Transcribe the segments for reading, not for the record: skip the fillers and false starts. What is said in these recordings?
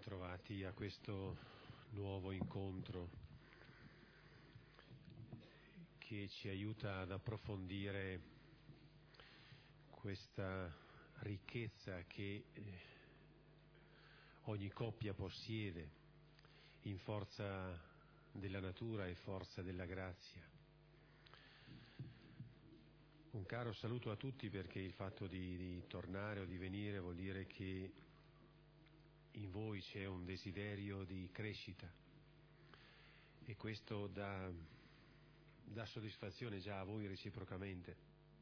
ritrovati a questo nuovo incontro che ci aiuta ad approfondire questa ricchezza che ogni coppia possiede in forza della natura e forza della grazia. Un caro saluto a tutti, perché il fatto di tornare o di venire vuol dire che in voi c'è un desiderio di crescita, e questo dà soddisfazione già a voi reciprocamente,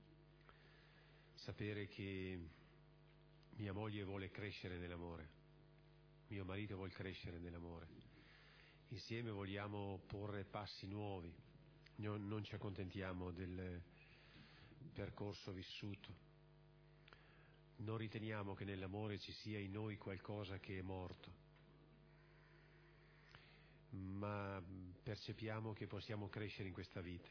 sapere che mia moglie vuole crescere nell'amore, mio marito vuole crescere nell'amore, insieme vogliamo porre passi nuovi, non ci accontentiamo del percorso vissuto. Non riteniamo che nell'amore ci sia in noi qualcosa che è morto, ma percepiamo che possiamo crescere in questa vita.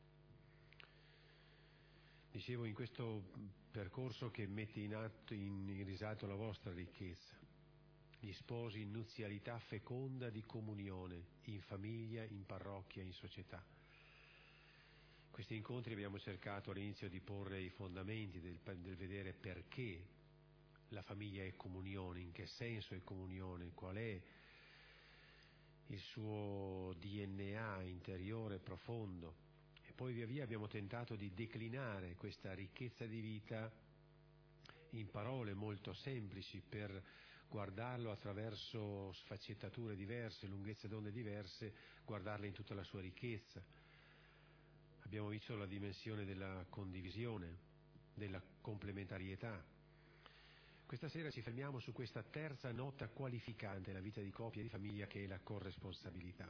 Dicevo, in questo percorso che mette in atto, in risalto la vostra ricchezza, gli sposi in nuzialità feconda di comunione, in famiglia, in parrocchia, in società. Questi incontri abbiamo cercato all'inizio di porre i fondamenti del vedere perché la famiglia è comunione, in che senso è comunione, qual è il suo DNA interiore profondo, e poi via via abbiamo tentato di declinare questa ricchezza di vita in parole molto semplici per guardarlo attraverso sfaccettature diverse, lunghezze d'onde diverse, guardarle in tutta la sua ricchezza. Abbiamo visto la dimensione della condivisione, della complementarietà. Questa sera ci fermiamo su questa terza nota qualificante della vita di coppia e di famiglia, che è la corresponsabilità.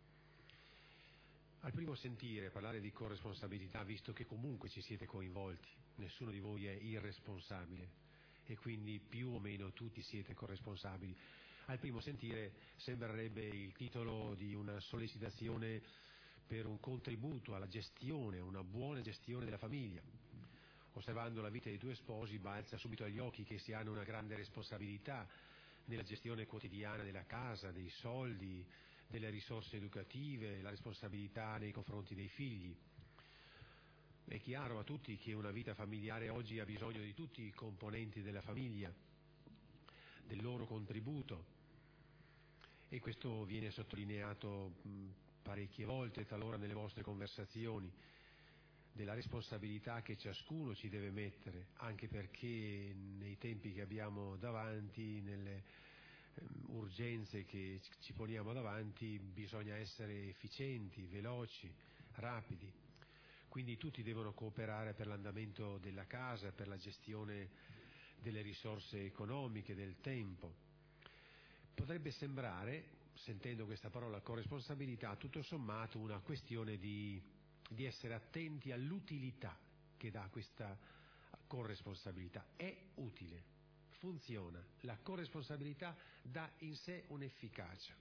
Al primo sentire parlare di corresponsabilità, visto che comunque ci siete coinvolti, nessuno di voi è irresponsabile e quindi più o meno tutti siete corresponsabili, al primo sentire sembrerebbe il titolo di una sollecitazione per un contributo alla gestione, una buona gestione della famiglia. Osservando la vita dei due sposi balza subito agli occhi che si hanno una grande responsabilità nella gestione quotidiana della casa, dei soldi, delle risorse educative, la responsabilità nei confronti dei figli. È chiaro a tutti che una vita familiare oggi ha bisogno di tutti i componenti della famiglia, del loro contributo, e questo viene sottolineato parecchie volte, talora nelle vostre conversazioni, della responsabilità che ciascuno ci deve mettere, anche perché nei tempi che abbiamo davanti, nelle urgenze che ci poniamo davanti, bisogna essere efficienti, veloci, rapidi. Quindi tutti devono cooperare per l'andamento della casa, per la gestione delle risorse economiche, del tempo. Potrebbe sembrare, sentendo questa parola corresponsabilità, tutto sommato una questione di essere attenti all'utilità che dà questa corresponsabilità. È utile, funziona, la corresponsabilità dà in sé un'efficacia.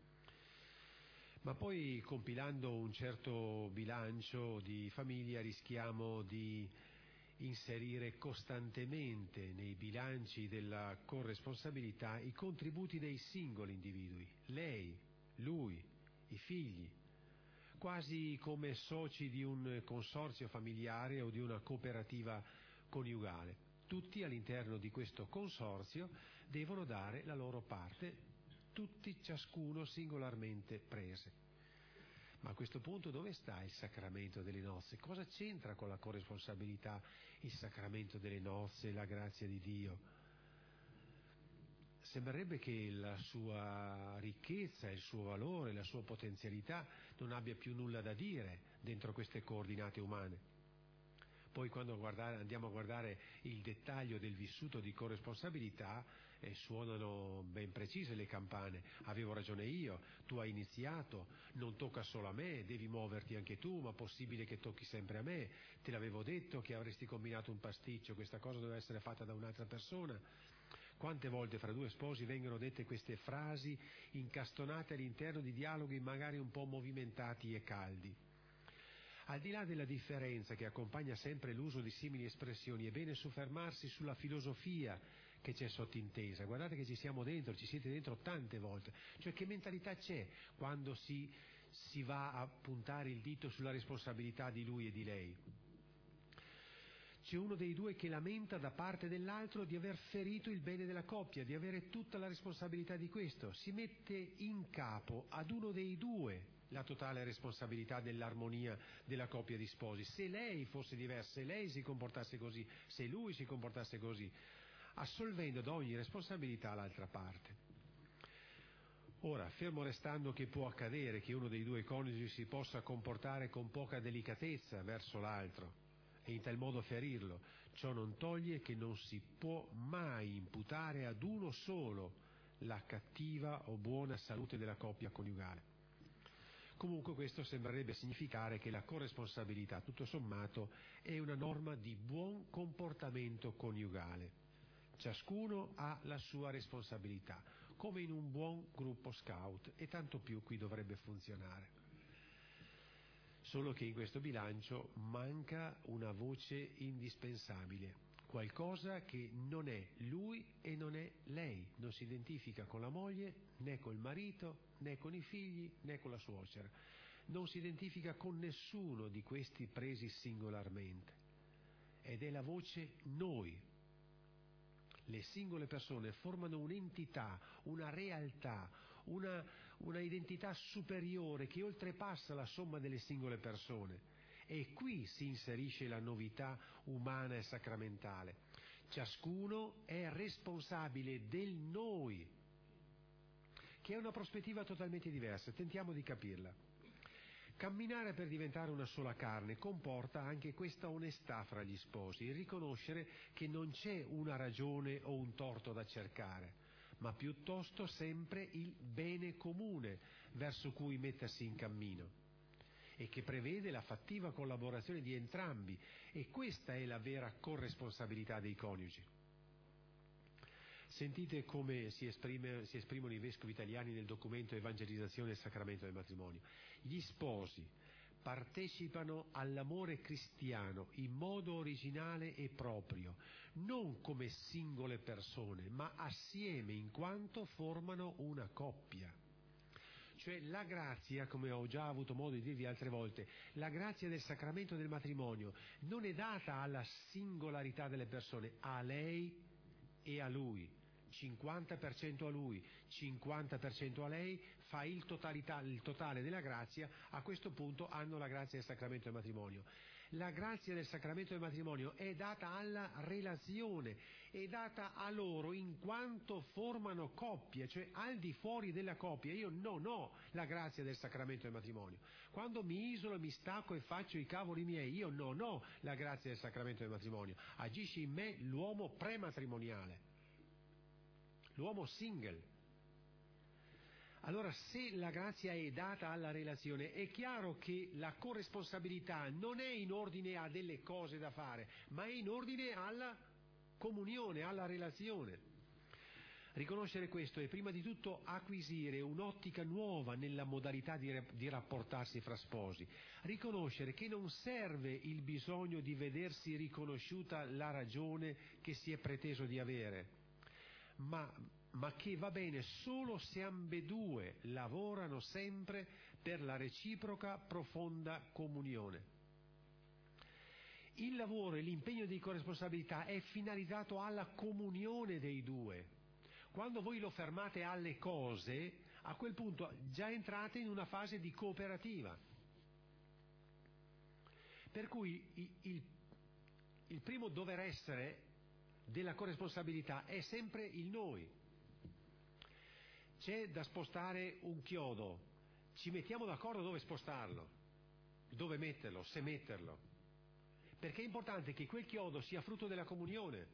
Ma poi, compilando un certo bilancio di famiglia, rischiamo di inserire costantemente nei bilanci della corresponsabilità i contributi dei singoli individui, lei, lui, i figli, quasi come soci di un consorzio familiare o di una cooperativa coniugale. Tutti all'interno di questo consorzio devono dare la loro parte, tutti, ciascuno singolarmente prese. Ma a questo punto dove sta il sacramento delle nozze? Cosa c'entra con la corresponsabilità il sacramento delle nozze e la grazia di Dio? Sembrerebbe che la sua ricchezza, il suo valore, la sua potenzialità non abbia più nulla da dire dentro queste coordinate umane. Poi quando andiamo a guardare il dettaglio del vissuto di corresponsabilità, suonano ben precise le campane. Avevo ragione io, tu hai iniziato, non tocca solo a me, devi muoverti anche tu, ma possibile che tocchi sempre a me? Te l'avevo detto che avresti combinato un pasticcio, questa cosa doveva essere fatta da un'altra persona. Quante volte fra due sposi vengono dette queste frasi incastonate all'interno di dialoghi magari un po' movimentati e caldi? Al di là della differenza che accompagna sempre l'uso di simili espressioni, è bene soffermarsi sulla filosofia che c'è sottintesa, guardate che ci siamo dentro, ci siete dentro tante volte. Cioè, che mentalità c'è quando si va a puntare il dito sulla responsabilità di lui e di lei? C'è uno dei due che lamenta da parte dell'altro di aver ferito il bene della coppia, di avere tutta la responsabilità di questo. Si mette in capo ad uno dei due la totale responsabilità dell'armonia della coppia di sposi. Se lei fosse diversa, se lei si comportasse così, se lui si comportasse così, assolvendo da ogni responsabilità l'altra parte. Ora, fermo restando che può accadere che uno dei due coniugi si possa comportare con poca delicatezza verso l'altro e in tal modo ferirlo, ciò non toglie che non si può mai imputare ad uno solo la cattiva o buona salute della coppia coniugale. Comunque questo sembrerebbe significare che la corresponsabilità, tutto sommato, è una norma di buon comportamento coniugale. Ciascuno ha la sua responsabilità, come in un buon gruppo scout, e tanto più qui dovrebbe funzionare. Solo che in questo bilancio manca una voce indispensabile, qualcosa che non è lui e non è lei, non si identifica con la moglie, né col marito, né con i figli, né con la suocera, non si identifica con nessuno di questi presi singolarmente, ed è la voce noi. Le singole persone formano un'entità, una realtà, una identità superiore che oltrepassa la somma delle singole persone, e qui si inserisce la novità umana e sacramentale. Ciascuno è responsabile del noi, che è una prospettiva totalmente diversa. Tentiamo di capirla. Camminare per diventare una sola carne comporta anche questa onestà fra gli sposi, il riconoscere che non c'è una ragione o un torto da cercare, ma piuttosto sempre il bene comune verso cui mettersi in cammino, e che prevede la fattiva collaborazione di entrambi, e questa è la vera corresponsabilità dei coniugi. Sentite come si esprimono i vescovi italiani nel documento Evangelizzazione e Sacramento del Matrimonio. Gli sposi partecipano all'amore cristiano in modo originale e proprio, non come singole persone, ma assieme in quanto formano una coppia. Cioè la grazia, come ho già avuto modo di dirvi altre volte, la grazia del sacramento del matrimonio non è data alla singolarità delle persone, a lei e a lui. 50% a lui, 50% a lei, fa il totale della grazia. A questo punto hanno la grazia del sacramento del matrimonio. La grazia del sacramento del matrimonio è data alla relazione, è data a loro in quanto formano coppia, cioè al di fuori della coppia. Io non ho la grazia del sacramento del matrimonio. Quando mi isolo, mi stacco e faccio i cavoli miei, io non ho la grazia del sacramento del matrimonio. Agisce in me l'uomo prematrimoniale, l'uomo single. Allora, se la grazia è data alla relazione, è chiaro che la corresponsabilità non è in ordine a delle cose da fare, ma è in ordine alla comunione, alla relazione. Riconoscere questo è prima di tutto acquisire un'ottica nuova nella modalità di rapportarsi fra sposi. Riconoscere che non serve il bisogno di vedersi riconosciuta la ragione che si è preteso di avere, ma che va bene solo se ambedue lavorano sempre per la reciproca profonda comunione. Il lavoro e l'impegno di corresponsabilità è finalizzato alla comunione dei due. Quando voi lo fermate alle cose, a quel punto già entrate in una fase di cooperativa. Per cui il primo dover essere della corresponsabilità è sempre il noi. C'è da spostare un chiodo, ci mettiamo d'accordo dove spostarlo, dove metterlo, se metterlo, perché è importante che quel chiodo sia frutto della comunione.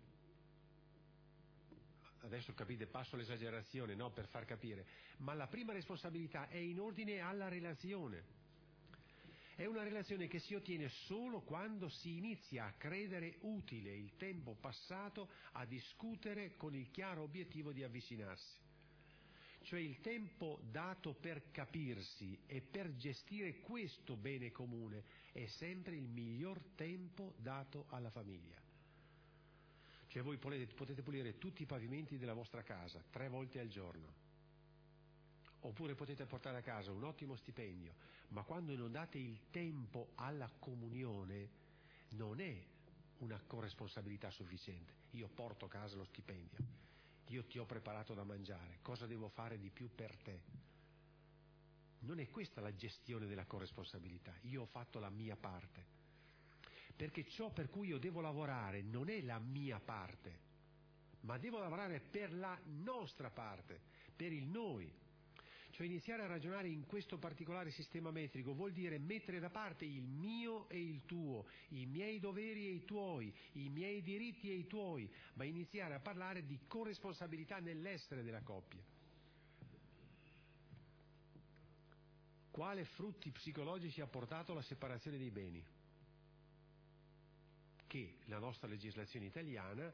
Adesso capite, passo l'esagerazione, no, per far capire, ma la prima responsabilità è in ordine alla relazione. È una relazione che si ottiene solo quando si inizia a credere utile il tempo passato a discutere con il chiaro obiettivo di avvicinarsi. Cioè il tempo dato per capirsi e per gestire questo bene comune è sempre il miglior tempo dato alla famiglia. Cioè voi potete pulire tutti i pavimenti della vostra casa 3 volte al giorno, oppure potete portare a casa un ottimo stipendio, ma quando non date il tempo alla comunione non è una corresponsabilità sufficiente. Io porto a casa lo stipendio, io ti ho preparato da mangiare, cosa devo fare di più per te? Non è questa la gestione della corresponsabilità. Io ho fatto la mia parte, perché ciò per cui io devo lavorare non è la mia parte, ma devo lavorare per la nostra parte, per il noi. Cioè iniziare a ragionare in questo particolare sistema metrico vuol dire mettere da parte il mio e il tuo, i miei doveri e i tuoi, i miei diritti e i tuoi, ma iniziare a parlare di corresponsabilità nell'essere della coppia. Quale frutti psicologici ha portato la separazione dei beni? Che la nostra legislazione italiana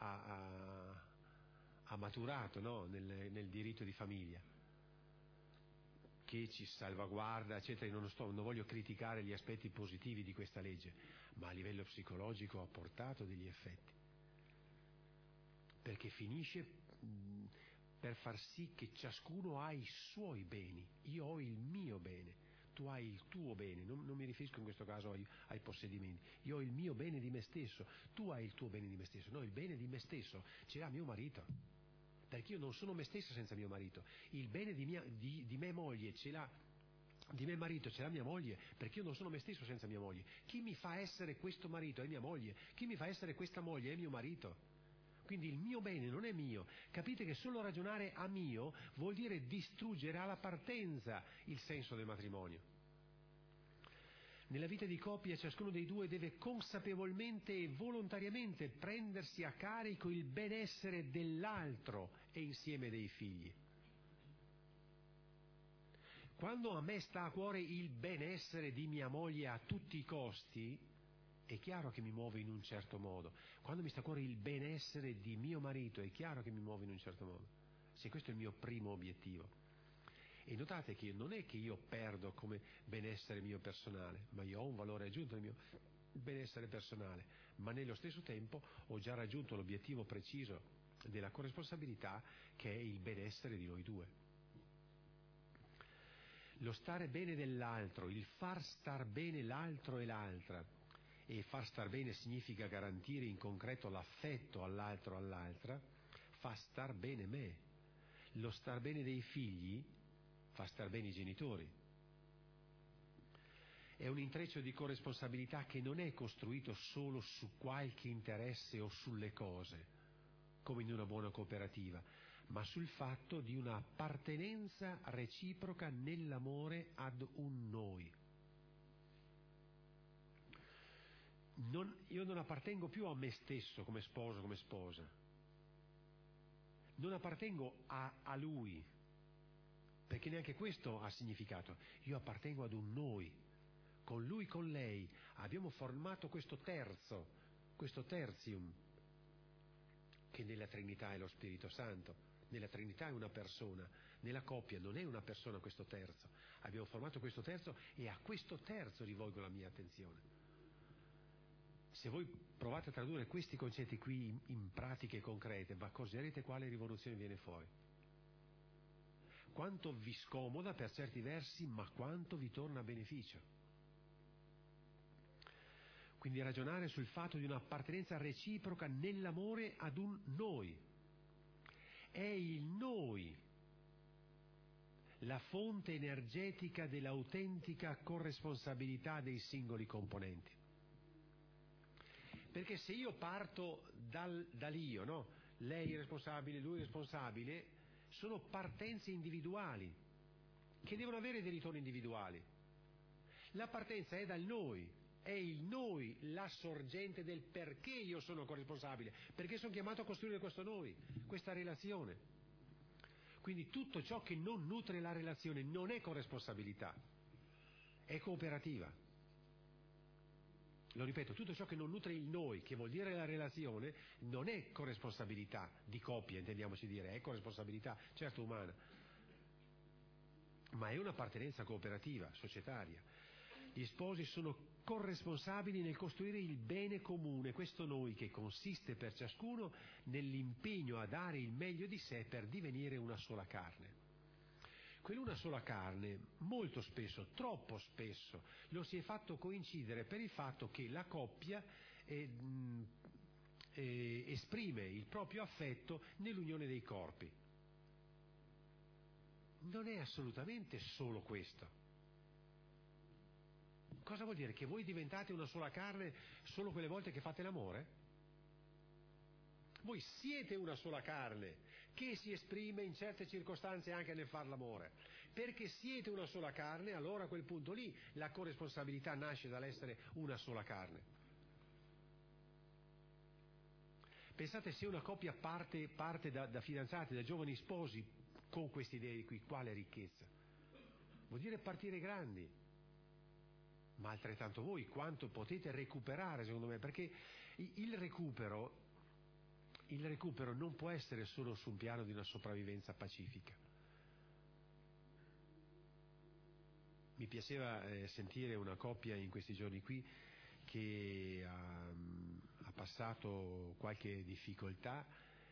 ha maturato, no? nel diritto di famiglia, che ci salvaguarda, eccetera. Non voglio criticare gli aspetti positivi di questa legge, ma a livello psicologico ha portato degli effetti, perché finisce per far sì che ciascuno ha i suoi beni. Io ho il mio bene, tu hai il tuo bene, non mi riferisco in questo caso ai possedimenti. Io ho il mio bene di me stesso, tu hai il tuo bene di me stesso. No, il bene di me stesso ce l'ha mio marito, perché io non sono me stesso senza mio marito. Il bene di mia moglie ce l'ha, di mio marito ce l'ha mia moglie, perché io non sono me stesso senza mia moglie. Chi mi fa essere questo marito è mia moglie, chi mi fa essere questa moglie è mio marito. Quindi il mio bene non è mio. Capite che solo ragionare a mio vuol dire distruggere alla partenza il senso del matrimonio. Nella vita di coppia ciascuno dei due deve consapevolmente e volontariamente prendersi a carico il benessere dell'altro e insieme dei figli. Quando a me sta a cuore il benessere di mia moglie a tutti i costi, è chiaro che mi muovo in un certo modo. Quando mi sta a cuore il benessere di mio marito, è chiaro che mi muovo in un certo modo. Se questo è il mio primo obiettivo. E notate che non è che io perdo come benessere mio personale, ma io ho un valore aggiunto nel mio benessere personale, ma nello stesso tempo ho già raggiunto l'obiettivo preciso della corresponsabilità, che è il benessere di noi due. Lo stare bene dell'altro, il far star bene l'altro e l'altra, e far star bene significa garantire in concreto l'affetto all'altro o all'altra, fa star bene me. Lo star bene dei figli fa star bene i genitori. È un intreccio di corresponsabilità che non è costruito solo su qualche interesse o sulle cose, come in una buona cooperativa, ma sul fatto di una appartenenza reciproca nell'amore ad un noi. Io non appartengo più a me stesso come sposo, come sposa. Non appartengo a lui, perché neanche questo ha significato. Io appartengo ad un noi. Con lui, con lei, abbiamo formato questo terzo, questo tertium, che nella Trinità è lo Spirito Santo. Nella Trinità è una persona, nella coppia non è una persona questo terzo. Abbiamo formato questo terzo e a questo terzo rivolgo la mia attenzione. Se voi provate a tradurre questi concetti qui in pratiche concrete, vi accorgerete quale rivoluzione viene fuori. Quanto vi scomoda per certi versi, ma quanto vi torna a beneficio. Quindi ragionare sul fatto di un'appartenenza reciproca nell'amore ad un noi. È il noi la fonte energetica dell'autentica corresponsabilità dei singoli componenti. Perché se io parto dall'io, no? Lei è responsabile, lui è responsabile, sono partenze individuali che devono avere dei ritorni individuali. La partenza è dal noi, è il noi la sorgente del perché io sono corresponsabile, perché sono chiamato a costruire questo noi, questa relazione. Quindi tutto ciò che non nutre la relazione non è corresponsabilità, è cooperativa. Lo ripeto, tutto ciò che non nutre il noi, che vuol dire la relazione, non è corresponsabilità di coppia, intendiamoci dire, è corresponsabilità, certo umana, ma è un'appartenenza cooperativa, societaria. Gli sposi sono corresponsabili nel costruire il bene comune, questo noi che consiste per ciascuno nell'impegno a dare il meglio di sé per divenire una sola carne. Quell'una sola carne, molto spesso, troppo spesso, lo si è fatto coincidere per il fatto che la coppia esprime il proprio affetto nell'unione dei corpi. Non è assolutamente solo questo. Cosa vuol dire? Che voi diventate una sola carne solo quelle volte che fate l'amore? Voi siete una sola carne che si esprime in certe circostanze anche nel far l'amore. Perché siete una sola carne, allora a quel punto lì la corresponsabilità nasce dall'essere una sola carne. Pensate, se una coppia parte da fidanzati, da giovani sposi con queste idee qui, quale ricchezza? Vuol dire partire grandi. Ma altrettanto voi quanto potete recuperare, secondo me, perché il recupero non può essere solo su un piano di una sopravvivenza pacifica. Mi piaceva sentire una coppia in questi giorni qui che ha passato qualche difficoltà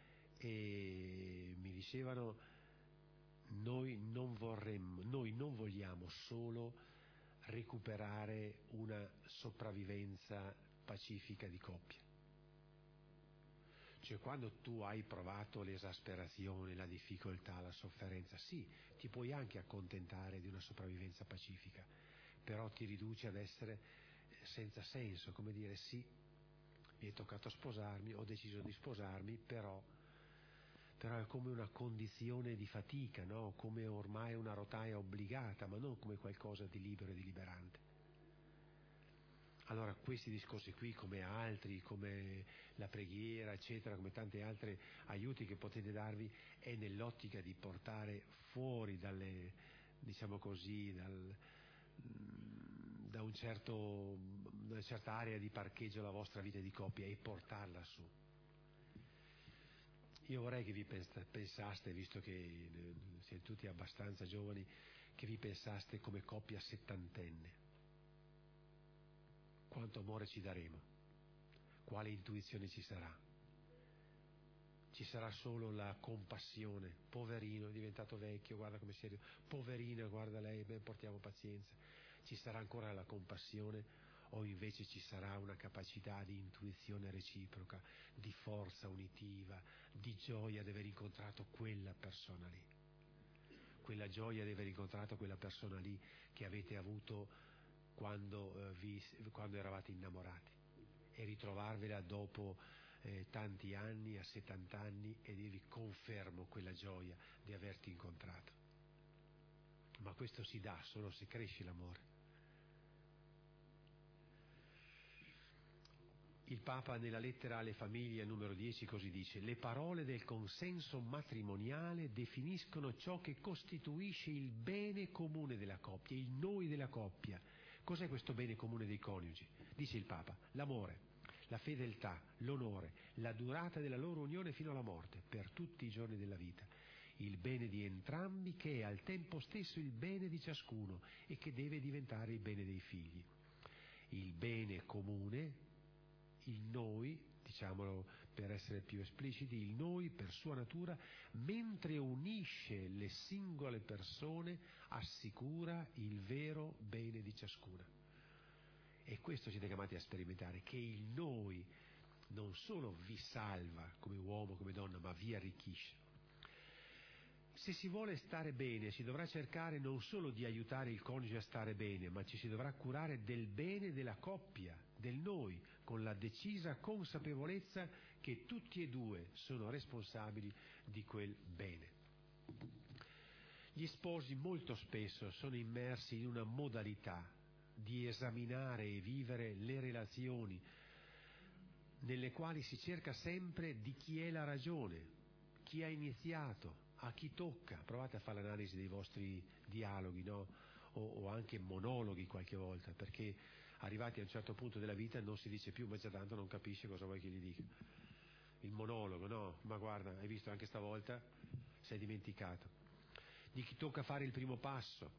e mi dicevano: noi non vogliamo solo recuperare una sopravvivenza pacifica di coppia. Cioè, quando tu hai provato l'esasperazione, la difficoltà, la sofferenza, sì, ti puoi anche accontentare di una sopravvivenza pacifica, però ti riduci ad essere senza senso, come dire: sì, mi è toccato sposarmi, ho deciso di sposarmi, però è come una condizione di fatica, no? Come ormai una rotaia obbligata, ma non come qualcosa di libero e di liberante. Allora questi discorsi qui, come altri, come la preghiera, eccetera, come tanti altri aiuti che potete darvi, è nell'ottica di portare fuori dalle, diciamo così, da una certa area di parcheggio la vostra vita di coppia e portarla su. Io vorrei che vi pensaste, visto che siete tutti abbastanza giovani, che vi pensaste come coppia settantenne. Quanto amore ci daremo? Quale intuizione ci sarà? Ci sarà solo la compassione? Poverino, è diventato vecchio, guarda come si è... Poverina, guarda lei, ben portiamo pazienza. Ci sarà ancora la compassione? O invece ci sarà una capacità di intuizione reciproca, di forza unitiva, di gioia di aver incontrato quella persona lì? Quella gioia di aver incontrato quella persona lì che avete avuto quando eravate innamorati, e ritrovarvela dopo tanti anni, a 70 anni, e dirvi: confermo quella gioia di averti incontrato. Ma questo si dà solo se cresce l'amore. Il Papa nella lettera alle famiglie numero 10 così dice: le parole del consenso matrimoniale definiscono ciò che costituisce il bene comune della coppia, il noi della coppia. Cos'è questo bene comune dei coniugi? Dice il Papa: l'amore, la fedeltà, l'onore, la durata della loro unione fino alla morte, per tutti i giorni della vita. Il bene di entrambi, che è al tempo stesso il bene di ciascuno e che deve diventare il bene dei figli. Il bene comune, il noi, diciamolo per essere più espliciti, il noi per sua natura, mentre unisce le singole persone, assicura il vero bene di ciascuna. E questo siete chiamati a sperimentare, che il noi non solo vi salva come uomo, come donna, ma vi arricchisce. Se si vuole stare bene, si dovrà cercare non solo di aiutare il coniuge a stare bene, ma ci si dovrà curare del bene della coppia, del noi, con la decisa consapevolezza che tutti e due sono responsabili di quel bene. Gli sposi molto spesso sono immersi in una modalità di esaminare e vivere le relazioni nelle quali si cerca sempre di chi è la ragione, chi ha iniziato, a chi tocca. Provate a fare l'analisi dei vostri dialoghi, no? O anche monologhi qualche volta, perché arrivati a un certo punto della vita non si dice più: ma già tanto non capisce cosa vuoi che gli dica. Il monologo, no? Ma guarda, hai visto, anche stavolta sei dimenticato. Di chi tocca fare il primo passo.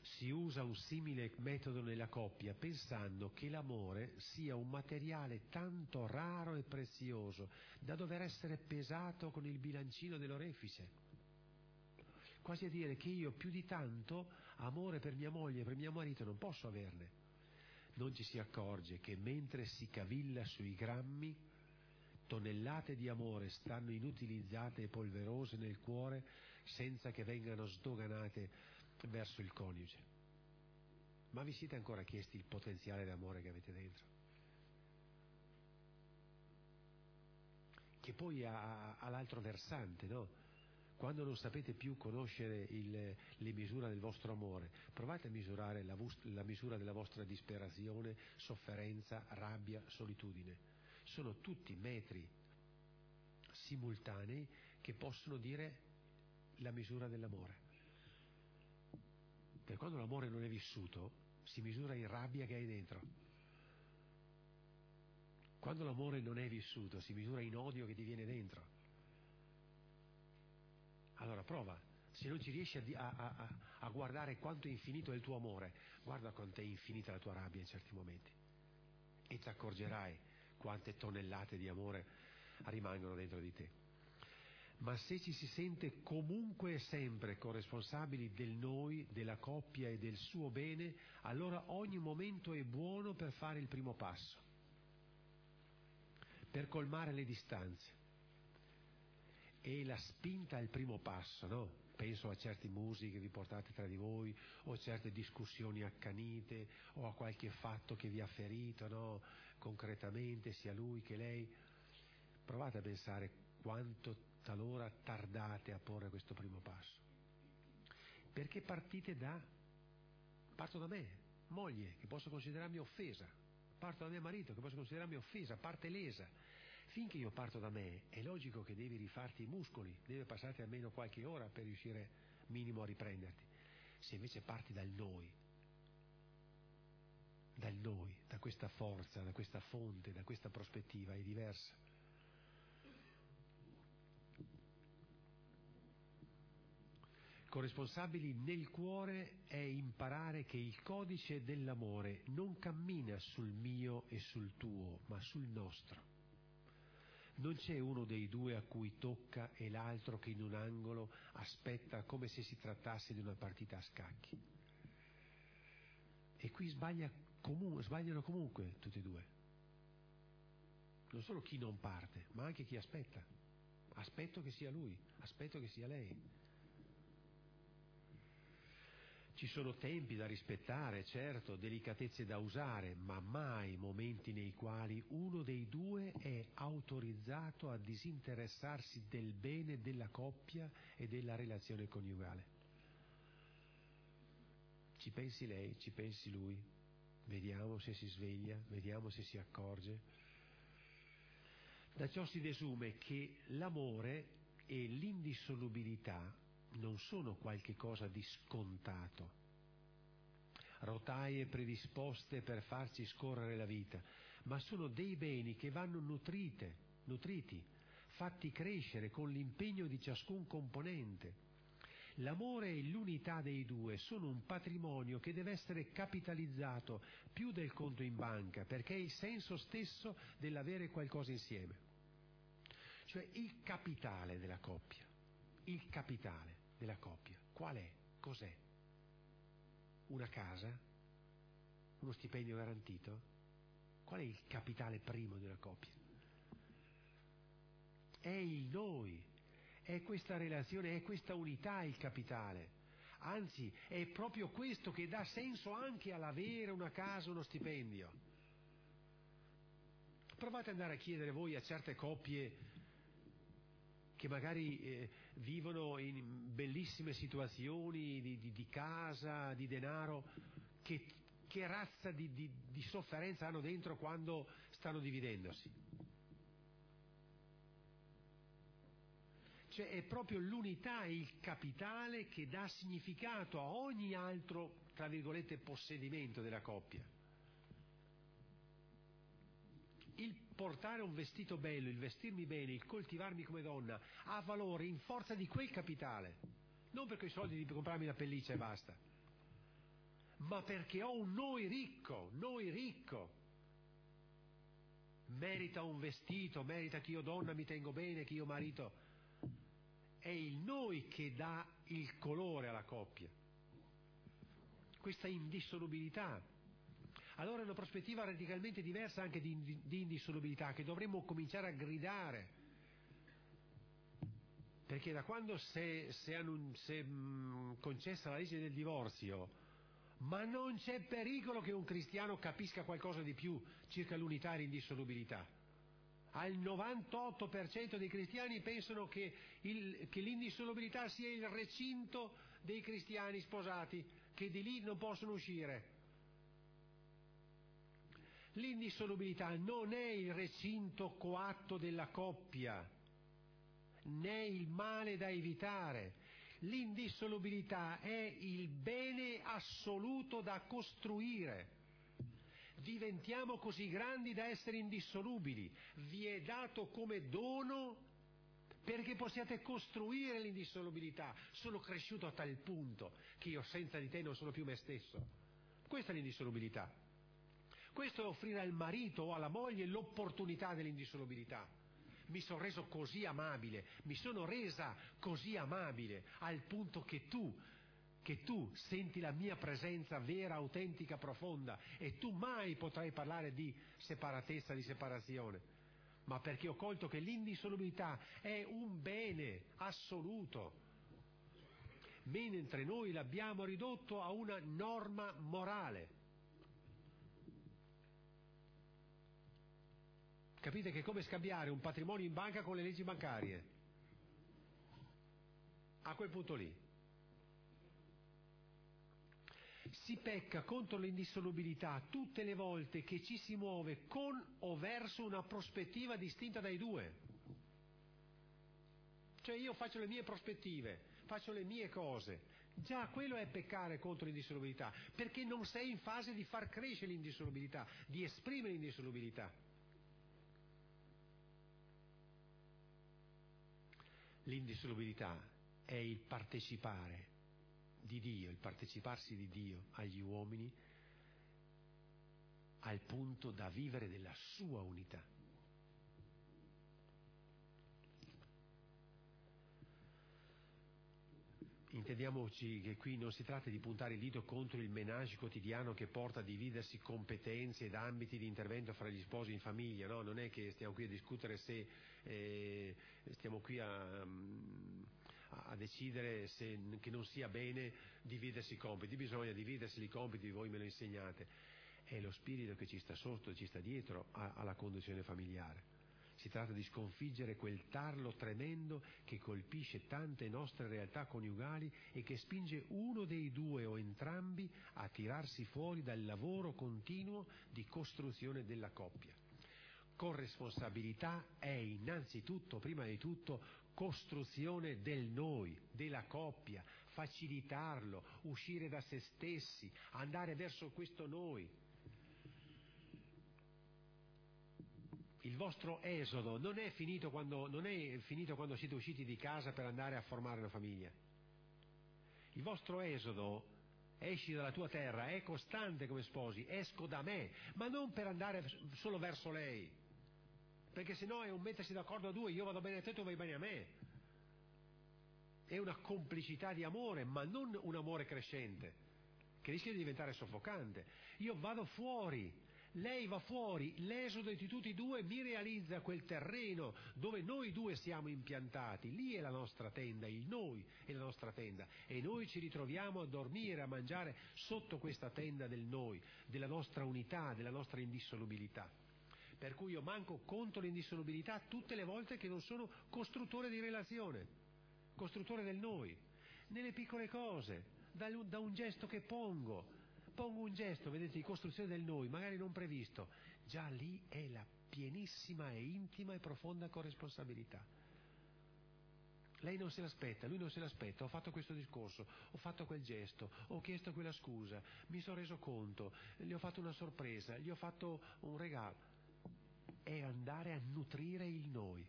Si usa un simile metodo nella coppia pensando che l'amore sia un materiale tanto raro e prezioso da dover essere pesato con il bilancino dell'orefice. Quasi a dire che io più di tanto amore per mia moglie, per mio marito non posso averne. Non ci si accorge che mentre si cavilla sui grammi, tonnellate di amore stanno inutilizzate e polverose nel cuore senza che vengano sdoganate verso il coniuge. Ma vi siete ancora chiesti il potenziale d'amore che avete dentro? Che poi ha l'altro versante, no? Quando non sapete più conoscere le misure del vostro amore, provate a misurare la misura della vostra disperazione, sofferenza, rabbia, solitudine. Sono tutti metri simultanei che possono dire la misura dell'amore. Per quando l'amore non è vissuto, si misura in rabbia che hai dentro. Quando l'amore non è vissuto, si misura in odio che ti viene dentro. Allora prova, se non ci riesci a guardare quanto è infinito è il tuo amore, guarda quanto è infinita la tua rabbia in certi momenti e ti accorgerai quante tonnellate di amore rimangono dentro di te. Ma se ci si sente comunque e sempre corresponsabili del noi, della coppia e del suo bene, allora ogni momento è buono per fare il primo passo, per colmare le distanze. E la spinta al primo passo, no? Penso a certe musiche che vi portate tra di voi, o a certe discussioni accanite, o a qualche fatto che vi ha ferito, no? Concretamente, sia lui che lei. Provate a pensare quanto talora tardate a porre questo primo passo. Perché parto da me, moglie, che posso considerarmi offesa, parto da mio marito, che posso considerarmi offesa, parte lesa. Finché io parto da me, è logico che devi rifarti i muscoli, deve passarti almeno qualche ora per riuscire minimo a riprenderti. Se invece parti dal noi, da questa forza, da questa fonte, da questa prospettiva, è diversa. Corresponsabili nel cuore è imparare che il codice dell'amore non cammina sul mio e sul tuo, ma sul nostro. Non c'è uno dei due a cui tocca e l'altro che in un angolo aspetta come se si trattasse di una partita a scacchi. E qui sbagliano comunque tutti e due. Non solo chi non parte, ma anche chi aspetta. Aspetto che sia lui, aspetto che sia lei. Ci sono tempi da rispettare, certo, delicatezze da usare, ma mai momenti nei quali uno dei due è autorizzato a disinteressarsi del bene della coppia e della relazione coniugale. Ci pensi lei, ci pensi lui, vediamo se si sveglia, vediamo se si accorge. Da ciò si desume che l'amore e l'indissolubilità non sono qualche cosa di scontato, rotaie predisposte per farci scorrere la vita, ma sono dei beni che vanno nutriti, fatti crescere con l'impegno di ciascun componente. L'amore e l'unità dei due sono un patrimonio che deve essere capitalizzato più del conto in banca, perché è il senso stesso dell'avere qualcosa insieme. Cioè il capitale della coppia. Il capitale della coppia. Qual è? Cos'è? Una casa? Uno stipendio garantito? Qual è il capitale primo della coppia? È il noi, è questa relazione, è questa unità il capitale. Anzi, è proprio questo che dà senso anche all'avere una casa, uno stipendio. Provate ad andare a chiedere voi a certe coppie che magari vivono in bellissime situazioni di casa, di denaro, che razza di sofferenza hanno dentro quando stanno dividendosi. Cioè è proprio l'unità e il capitale che dà significato a ogni altro, tra virgolette, possedimento della coppia. Il portare un vestito bello, il vestirmi bene, il coltivarmi come donna ha valore in forza di quel capitale, non per quei soldi di comprarmi la pelliccia e basta. ma perché ho un noi ricco. Merita un vestito, merita che io donna mi tengo bene, che io marito. È il noi che dà il colore alla coppia. Questa indissolubilità. Allora è una prospettiva radicalmente diversa anche di indissolubilità, che dovremmo cominciare a gridare. Perché da quando si è concessa la legge del divorzio, ma non c'è pericolo che un cristiano capisca qualcosa di più circa l'unità e l'indissolubilità. Al 98% dei cristiani pensano che l'indissolubilità sia il recinto dei cristiani sposati, che di lì non possono uscire. L'indissolubilità non è il recinto coatto della coppia, né il male da evitare. L'indissolubilità è il bene assoluto da costruire. Diventiamo così grandi da essere indissolubili. Vi è dato come dono perché possiate costruire l'indissolubilità. Sono cresciuto a tal punto che io senza di te non sono più me stesso. Questa è l'indissolubilità. Questo è offrire al marito o alla moglie l'opportunità dell'indissolubilità. Mi sono reso così amabile, mi sono resa così amabile al punto che tu senti la mia presenza vera, autentica, profonda, e tu mai potrai parlare di separatezza, di separazione, ma perché ho colto che l'indissolubilità è un bene assoluto, mentre noi l'abbiamo ridotto a una norma morale. Capite che è come scambiare un patrimonio in banca con le leggi bancarie. A quel punto lì. Si pecca contro l'indissolubilità tutte le volte che ci si muove con o verso una prospettiva distinta dai due. Cioè io faccio le mie prospettive, faccio le mie cose. Già quello è peccare contro l'indissolubilità, perché non sei in fase di far crescere l'indissolubilità, di esprimere l'indissolubilità. L'indissolubilità è il partecipare di Dio, il parteciparsi di Dio agli uomini al punto da vivere della sua unità. Intendiamoci che qui non si tratta di puntare il dito contro il menage quotidiano che porta a dividersi competenze ed ambiti di intervento fra gli sposi in famiglia, no? Non è che stiamo qui a discutere se stiamo qui a decidere che non sia bene dividersi i compiti. Bisogna dividersi i compiti, voi me lo insegnate. È lo spirito che ci sta sotto, ci sta dietro alla conduzione familiare. Si tratta di sconfiggere quel tarlo tremendo che colpisce tante nostre realtà coniugali e che spinge uno dei due o entrambi a tirarsi fuori dal lavoro continuo di costruzione della coppia. Corresponsabilità è innanzitutto, prima di tutto, costruzione del noi, della coppia, facilitarlo, uscire da se stessi, andare verso questo noi. Il vostro esodo non è finito quando siete usciti di casa per andare a formare una famiglia. Il vostro esodo, esci dalla tua terra, è costante come sposi, esco da me, ma non per andare solo verso lei, perché sennò è un mettersi d'accordo a due, io vado bene a te, tu vai bene a me. È una complicità di amore, ma non un amore crescente, che rischia di diventare soffocante. Io vado fuori, lei va fuori, l'esodo di tutti e due mi realizza quel terreno dove noi due siamo impiantati. Lì è la nostra tenda, il noi è la nostra tenda, e noi ci ritroviamo a dormire, a mangiare sotto questa tenda del noi, della nostra unità, della nostra indissolubilità. Per cui io manco contro l'indissolubilità tutte le volte che non sono costruttore di relazione, costruttore del noi, nelle piccole cose, da un gesto che pongo un gesto, vedete, di costruzione del noi, magari non previsto, già lì è la pienissima e intima e profonda corresponsabilità. Lei non se l'aspetta, lui non se l'aspetta, ho fatto questo discorso, ho fatto quel gesto, ho chiesto quella scusa, mi sono reso conto, gli ho fatto una sorpresa, gli ho fatto un regalo. È andare a nutrire il noi.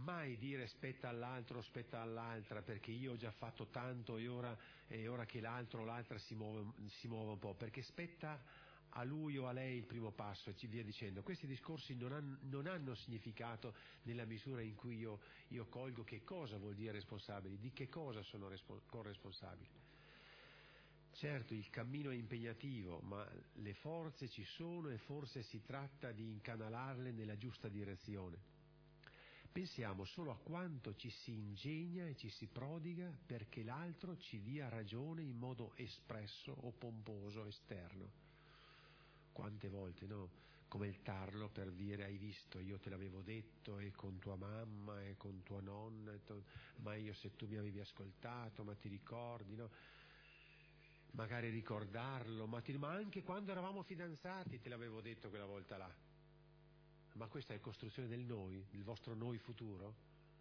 mai dire spetta all'altra perché io ho già fatto tanto e ora che l'altro o l'altra si muove un po', perché spetta a lui o a lei il primo passo e via dicendo. Questi discorsi non hanno significato nella misura in cui io colgo che cosa vuol dire responsabili, di che cosa sono corresponsabili. Certo, il cammino è impegnativo, ma le forze ci sono e forse si tratta di incanalarle nella giusta direzione. Pensiamo solo a quanto ci si ingegna e ci si prodiga perché l'altro ci dia ragione in modo espresso o pomposo esterno. Quante volte, no? Come il tarlo per dire: hai visto, io te l'avevo detto, e con tua mamma e con tua nonna, ma io, se tu mi avevi ascoltato, ma ti ricordi, no? Magari ricordarlo, ma anche quando eravamo fidanzati te l'avevo detto quella volta là. Ma questa è costruzione del noi, del vostro noi futuro?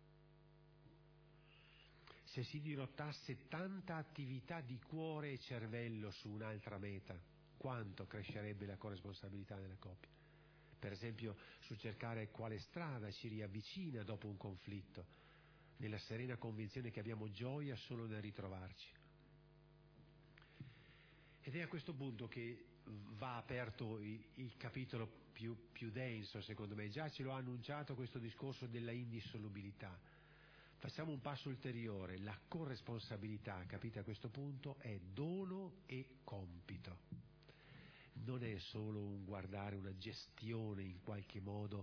Se si dirottasse tanta attività di cuore e cervello su un'altra meta, quanto crescerebbe la corresponsabilità nella coppia? Per esempio, su cercare quale strada ci riavvicina dopo un conflitto, nella serena convinzione che abbiamo gioia solo nel ritrovarci. Ed è a questo punto che va aperto il capitolo più denso, secondo me. Già ce l'ho annunciato questo discorso della indissolubilità. Facciamo un passo ulteriore. La corresponsabilità, capite a questo punto, è dono e compito. Non è solo un guardare, una gestione in qualche modo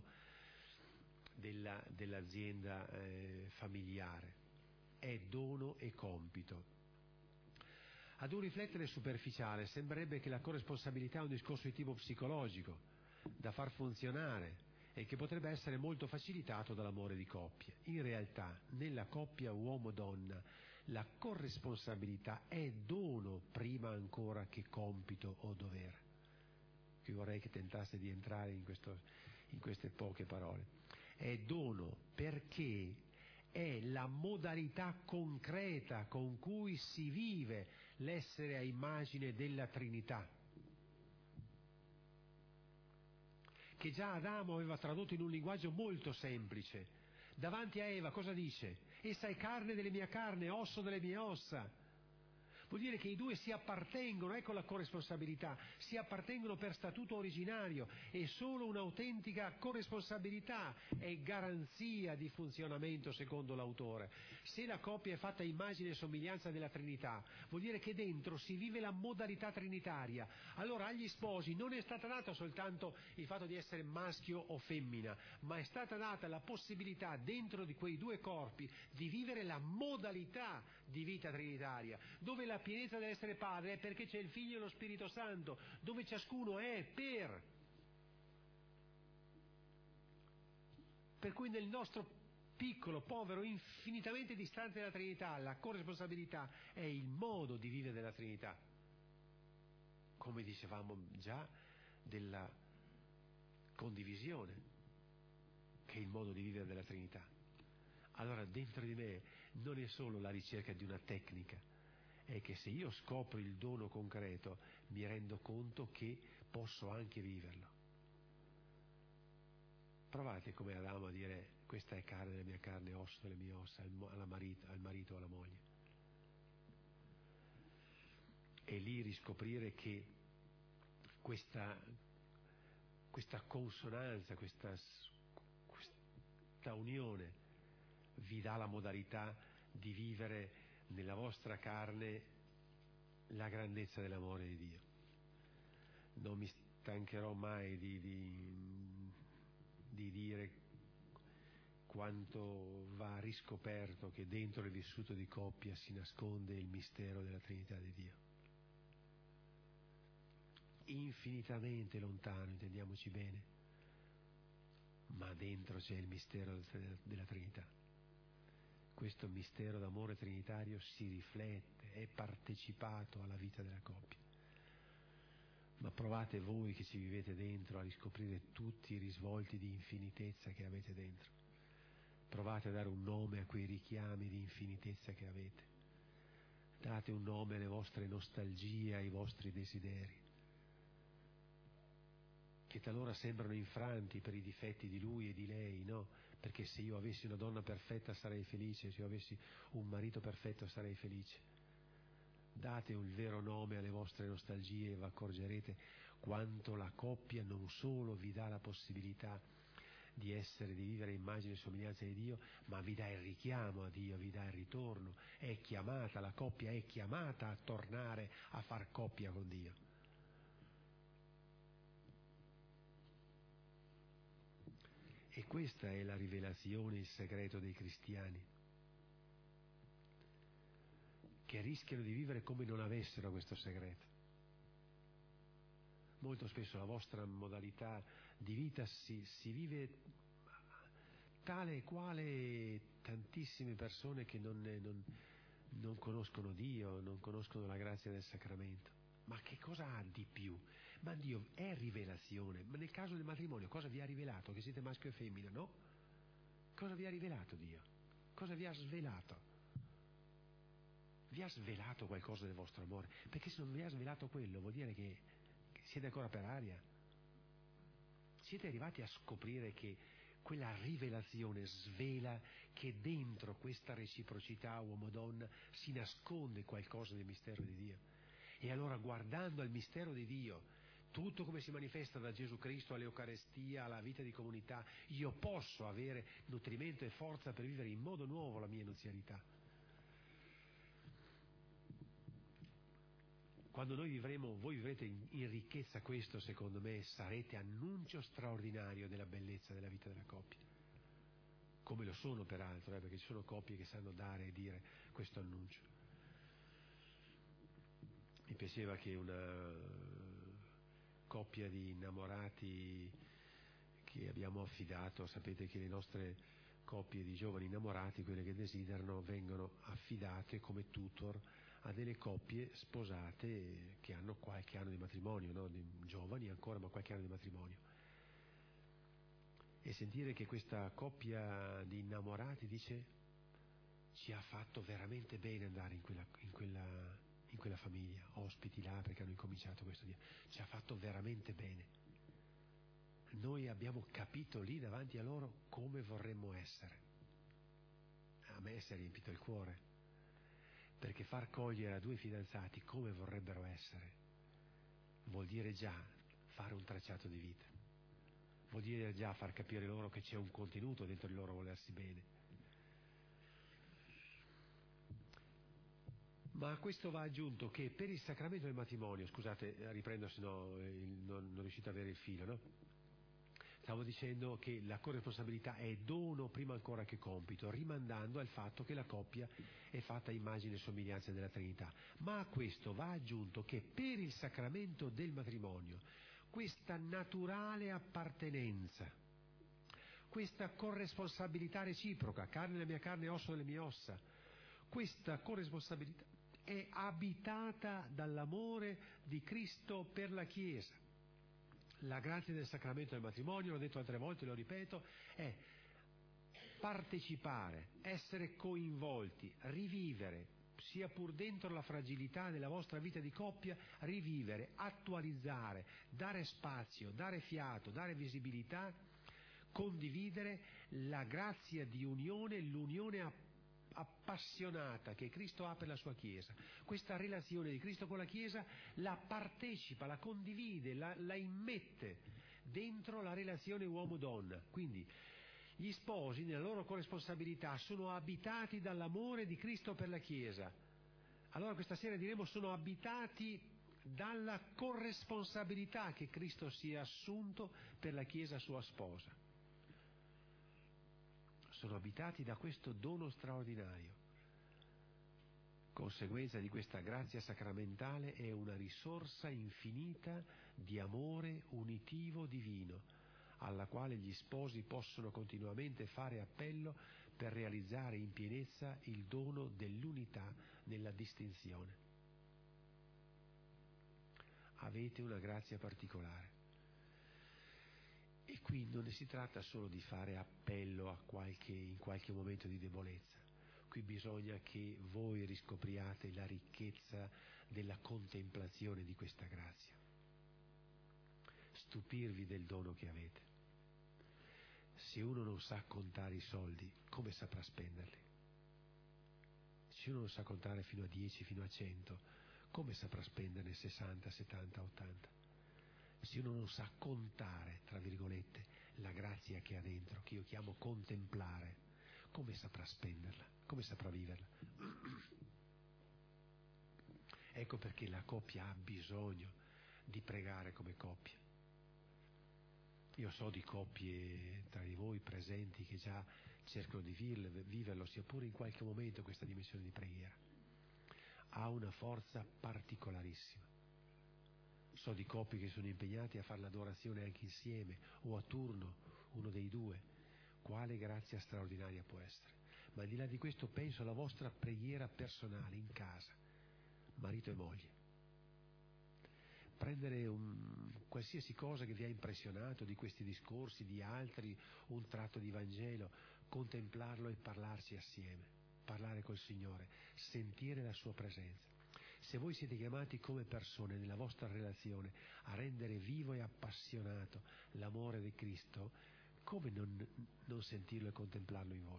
dell'azienda familiare. È dono e compito. Ad un riflettere superficiale sembrerebbe che la corresponsabilità è un discorso di tipo psicologico, da far funzionare e che potrebbe essere molto facilitato dall'amore di coppia. In realtà, nella coppia uomo-donna, la corresponsabilità è dono prima ancora che compito o dovere. Qui vorrei che tentasse di entrare in queste poche parole. È dono perché è la modalità concreta con cui si vive l'essere a immagine della Trinità, che già Adamo aveva tradotto in un linguaggio molto semplice. Davanti a Eva cosa dice? Essa è carne delle mie carne, osso delle mie ossa. Vuol dire che i due si appartengono, ecco la corresponsabilità, si appartengono per statuto originario, e solo un'autentica corresponsabilità è garanzia di funzionamento secondo l'autore. Se la coppia è fatta a immagine e somiglianza della Trinità, vuol dire che dentro si vive la modalità trinitaria. Allora agli sposi non è stata data soltanto il fatto di essere maschio o femmina, ma è stata data la possibilità dentro di quei due corpi di vivere la modalità di vita trinitaria, dove la pienezza dell'essere padre è perché c'è il Figlio e lo Spirito Santo, dove ciascuno è per cui nel nostro piccolo, povero, infinitamente distante dalla Trinità, la corresponsabilità è il modo di vivere della Trinità. Come dicevamo già della condivisione, che è il modo di vivere della Trinità. Allora dentro di me non è solo la ricerca di una tecnica, è che se io scopro il dono concreto mi rendo conto che posso anche viverlo. Provate come Adamo a dire: questa è carne della mia carne, osso delle mie ossa, al marito o alla moglie. E lì riscoprire che questa consonanza, questa unione vi dà la modalità di vivere nella vostra carne la grandezza dell'amore di Dio. Non mi stancherò mai di dire quanto va riscoperto che dentro il vissuto di coppia si nasconde il mistero della Trinità di Dio. Infinitamente lontano, intendiamoci bene, ma dentro c'è il mistero della Trinità. Questo mistero d'amore trinitario si riflette, è partecipato alla vita della coppia. Ma provate voi che ci vivete dentro a riscoprire tutti i risvolti di infinitezza che avete dentro. Provate a dare un nome a quei richiami di infinitezza che avete. Date un nome alle vostre nostalgie, ai vostri desideri. che talora sembrano infranti per i difetti di lui e di lei, no? Perché se io avessi una donna perfetta sarei felice, se io avessi un marito perfetto sarei felice. Date un vero nome alle vostre nostalgie e vi accorgerete quanto la coppia non solo vi dà la possibilità di vivere immagine e somiglianza di Dio, ma vi dà il richiamo a Dio, vi dà il ritorno. La coppia è chiamata a tornare a far coppia con Dio. E questa è la rivelazione, il segreto dei cristiani, che rischiano di vivere come non avessero questo segreto. Molto spesso la vostra modalità di vita si vive tale e quale tantissime persone che non conoscono Dio, non conoscono la grazia del sacramento. Ma che cosa ha di più? Ma Dio è rivelazione. Ma nel caso del matrimonio cosa vi ha rivelato? Che siete maschio e femmina, no? Cosa vi ha rivelato Dio? Cosa vi ha svelato? Vi ha svelato qualcosa del vostro amore? Perché se non vi ha svelato quello vuol dire che siete ancora per aria. Siete arrivati a scoprire che quella rivelazione svela che dentro questa reciprocità uomo-donna si nasconde qualcosa del mistero di Dio. E allora, guardando al mistero di Dio, tutto come si manifesta da Gesù Cristo all'Eucarestia, alla vita di comunità, io posso avere nutrimento e forza per vivere in modo nuovo la mia nuzialità. Quando noi vivremo, voi vivrete in ricchezza questo, secondo me, sarete annuncio straordinario della bellezza della vita della coppia. Come lo sono peraltro, perché ci sono coppie che sanno dare e dire questo annuncio. Mi piaceva che una coppia di innamorati che abbiamo affidato, sapete che le nostre coppie di giovani innamorati, quelle che desiderano, vengono affidate come tutor a delle coppie sposate che hanno qualche anno di matrimonio, no? Giovani ancora, ma qualche anno di matrimonio. E sentire che questa coppia di innamorati dice: ci ha fatto veramente bene andare in quella famiglia, ospiti là, perché hanno incominciato questo dia. Ci ha fatto veramente bene. Noi abbiamo capito lì davanti a loro come vorremmo essere. A me si è riempito il cuore, perché far cogliere a due fidanzati come vorrebbero essere vuol dire già fare un tracciato di vita, vuol dire già far capire loro che c'è un contenuto dentro il loro volersi bene. Ma a questo va aggiunto che per il sacramento del matrimonio, scusate, riprendo, se no non riuscite ad avere il filo, no? Stavo dicendo che la corresponsabilità è dono prima ancora che compito, rimandando al fatto che la coppia è fatta a immagine e somiglianza della Trinità. Ma a questo va aggiunto che per il sacramento del matrimonio questa naturale appartenenza, questa corresponsabilità reciproca, carne della mia carne e osso delle mie ossa, questa corresponsabilità è abitata dall'amore di Cristo per la Chiesa. La grazia del sacramento del matrimonio, l'ho detto altre volte, lo ripeto, è partecipare, essere coinvolti, rivivere, sia pur dentro la fragilità della vostra vita di coppia, rivivere, attualizzare, dare spazio, dare fiato, dare visibilità, condividere la grazia di unione, l'unione appassionata che Cristo ha per la sua Chiesa. Questa relazione di Cristo con la Chiesa la partecipa, la condivide, la immette dentro la relazione uomo-donna. Quindi gli sposi nella loro corresponsabilità sono abitati dall'amore di Cristo per la Chiesa. Allora questa sera diremo sono abitati dalla corresponsabilità che Cristo si è assunto per la Chiesa sua sposa. Sono abitati da questo dono straordinario. Conseguenza di questa grazia sacramentale è una risorsa infinita di amore unitivo divino, alla quale gli sposi possono continuamente fare appello per realizzare in pienezza il dono dell'unità nella distinzione. Avete una grazia particolare. E qui non si tratta solo di fare appello in qualche momento di debolezza. Qui bisogna che voi riscopriate la ricchezza della contemplazione di questa grazia. stupirvi del dono che avete. Se uno non sa contare i soldi, come saprà spenderli? Se uno non sa contare fino a 10, fino a 100, come saprà spenderne 60, 70, 80? Se uno non sa contare, tra virgolette, la grazia che ha dentro, che io chiamo contemplare, come saprà spenderla? Come saprà viverla? Ecco perché la coppia ha bisogno di pregare come coppia. Io so di coppie tra di voi presenti che già cercano di viverlo, sia pure in qualche momento, questa dimensione di preghiera. Ha una forza particolarissima. So di coppie che sono impegnati a fare l'adorazione anche insieme o a turno, uno dei due. Quale grazia straordinaria può essere. Ma al di là di questo penso alla vostra preghiera personale in casa, marito e moglie. Prendere qualsiasi cosa che vi ha impressionato di questi discorsi, di altri, un tratto di Vangelo, contemplarlo e parlarci assieme, parlare col Signore, sentire la sua presenza. Se voi siete chiamati come persone nella vostra relazione a rendere vivo e appassionato l'amore di Cristo, come non sentirlo e contemplarlo in voi?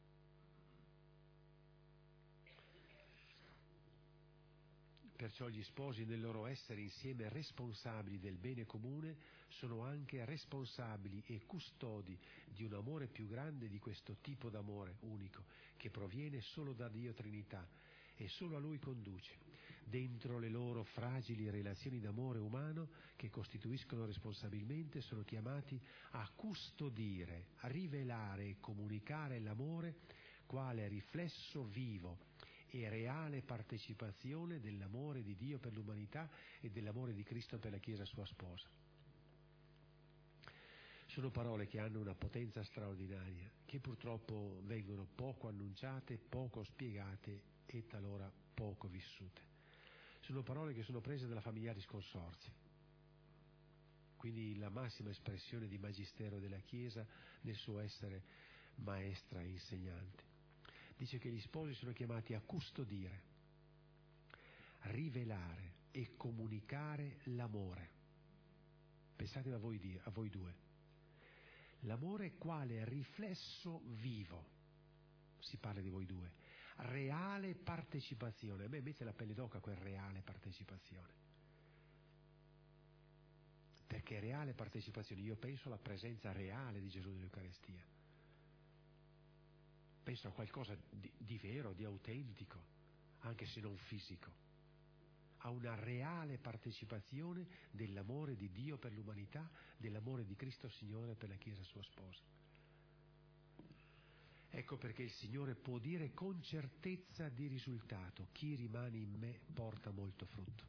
Perciò gli sposi nel loro essere insieme responsabili del bene comune sono anche responsabili e custodi di un amore più grande, di questo tipo d'amore unico che proviene solo da Dio Trinità e solo a Lui conduce. Dentro le loro fragili relazioni d'amore umano che costituiscono responsabilmente sono chiamati a custodire, a rivelare e comunicare l'amore quale riflesso vivo e reale partecipazione dell'amore di Dio per l'umanità e dell'amore di Cristo per la Chiesa sua sposa. Sono parole che hanno una potenza straordinaria, che purtroppo vengono poco annunciate, poco spiegate e talora poco vissute. Sono parole che sono prese dalla Familiaris Consortio, quindi la massima espressione di magistero della Chiesa nel suo essere maestra e insegnante. Dice che gli sposi sono chiamati a custodire, rivelare e comunicare l'amore. Pensate a voi due. L'amore quale riflesso vivo, si parla di voi due, reale partecipazione. A me mette la pelle d'oca quel reale partecipazione. Perché reale partecipazione, io penso alla presenza reale di Gesù nell'Eucaristia. Penso a qualcosa di vero, di autentico, anche se non fisico, a una reale partecipazione dell'amore di Dio per l'umanità, dell'amore di Cristo Signore per la Chiesa sua sposa. Ecco perché il Signore può dire con certezza di risultato: chi rimane in me porta molto frutto.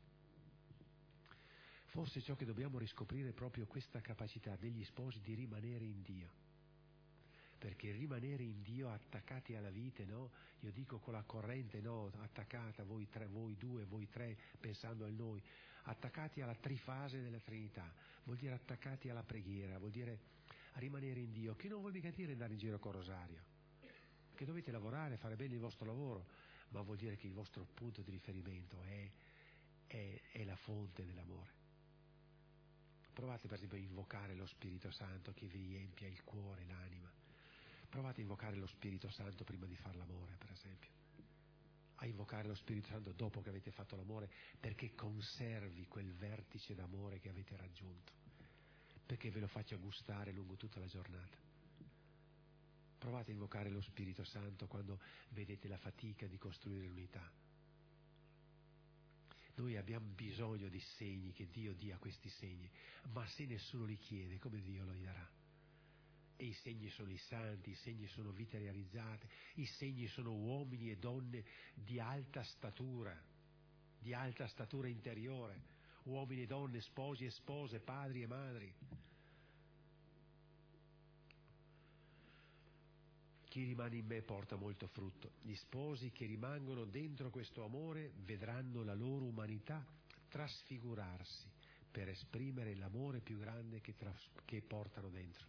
Forse ciò che dobbiamo riscoprire è proprio questa capacità degli sposi di rimanere in Dio. Perché rimanere in Dio attaccati alla vite, no? Io dico con la corrente, no? Attaccata, voi tre, voi due, voi tre, pensando a noi, attaccati alla trifase della Trinità, vuol dire attaccati alla preghiera, vuol dire rimanere in Dio, che non vuol mica dire andare in giro con rosario, che dovete lavorare, fare bene il vostro lavoro, ma vuol dire che il vostro punto di riferimento è la fonte dell'amore. Provate per esempio a invocare lo Spirito Santo che vi riempia il cuore, l'anima. Provate a invocare lo Spirito Santo prima di fare l'amore, per esempio. A invocare lo Spirito Santo dopo che avete fatto l'amore, perché conservi quel vertice d'amore che avete raggiunto, perché ve lo faccia gustare lungo tutta la giornata. Provate a invocare lo Spirito Santo quando vedete la fatica di costruire l'unità. Noi abbiamo bisogno di segni, che Dio dia questi segni, ma se nessuno li chiede, come Dio li darà? E i segni sono i santi, i segni sono vite realizzate, i segni sono uomini e donne di alta statura interiore, uomini e donne, sposi e spose, padri e madri. Chi rimane in me porta molto frutto. Gli sposi che rimangono dentro questo amore vedranno la loro umanità trasfigurarsi per esprimere l'amore più grande che portano dentro.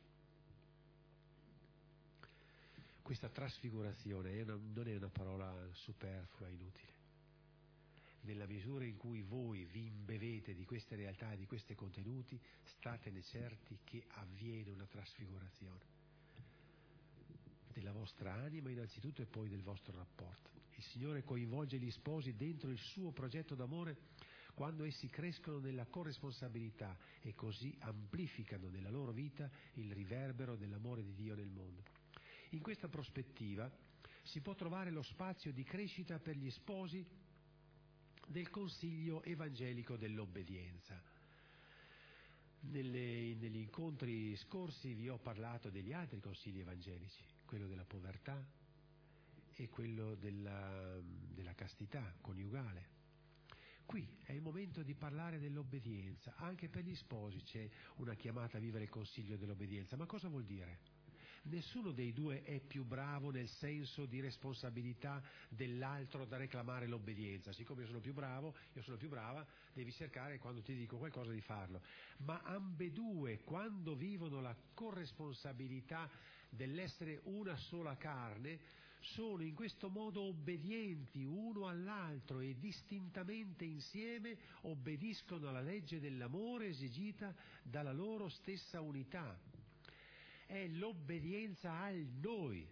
Questa trasfigurazione non è una parola superflua, inutile. Nella misura in cui voi vi imbevete di queste realtà, di questi contenuti, statene certi che avviene una trasfigurazione della vostra anima innanzitutto e poi del vostro rapporto. Il Signore coinvolge gli sposi dentro il suo progetto d'amore quando essi crescono nella corresponsabilità e così amplificano nella loro vita il riverbero dell'amore di Dio nel mondo. In questa prospettiva si può trovare lo spazio di crescita per gli sposi del consiglio evangelico dell'obbedienza. Negli incontri scorsi vi ho parlato degli altri consigli evangelici, quello della povertà e quello della castità coniugale. Qui è il momento di parlare dell'obbedienza. Anche per gli sposi c'è una chiamata a vivere il consiglio dell'obbedienza. Ma cosa vuol dire? Nessuno dei due è più bravo nel senso di responsabilità dell'altro da reclamare l'obbedienza. Siccome io sono più bravo, io sono più brava, devi cercare quando ti dico qualcosa di farlo. Ma ambedue, quando vivono la corresponsabilità dell'essere una sola carne, sono in questo modo obbedienti uno all'altro e distintamente insieme obbediscono alla legge dell'amore esigita dalla loro stessa unità. È l'obbedienza al noi,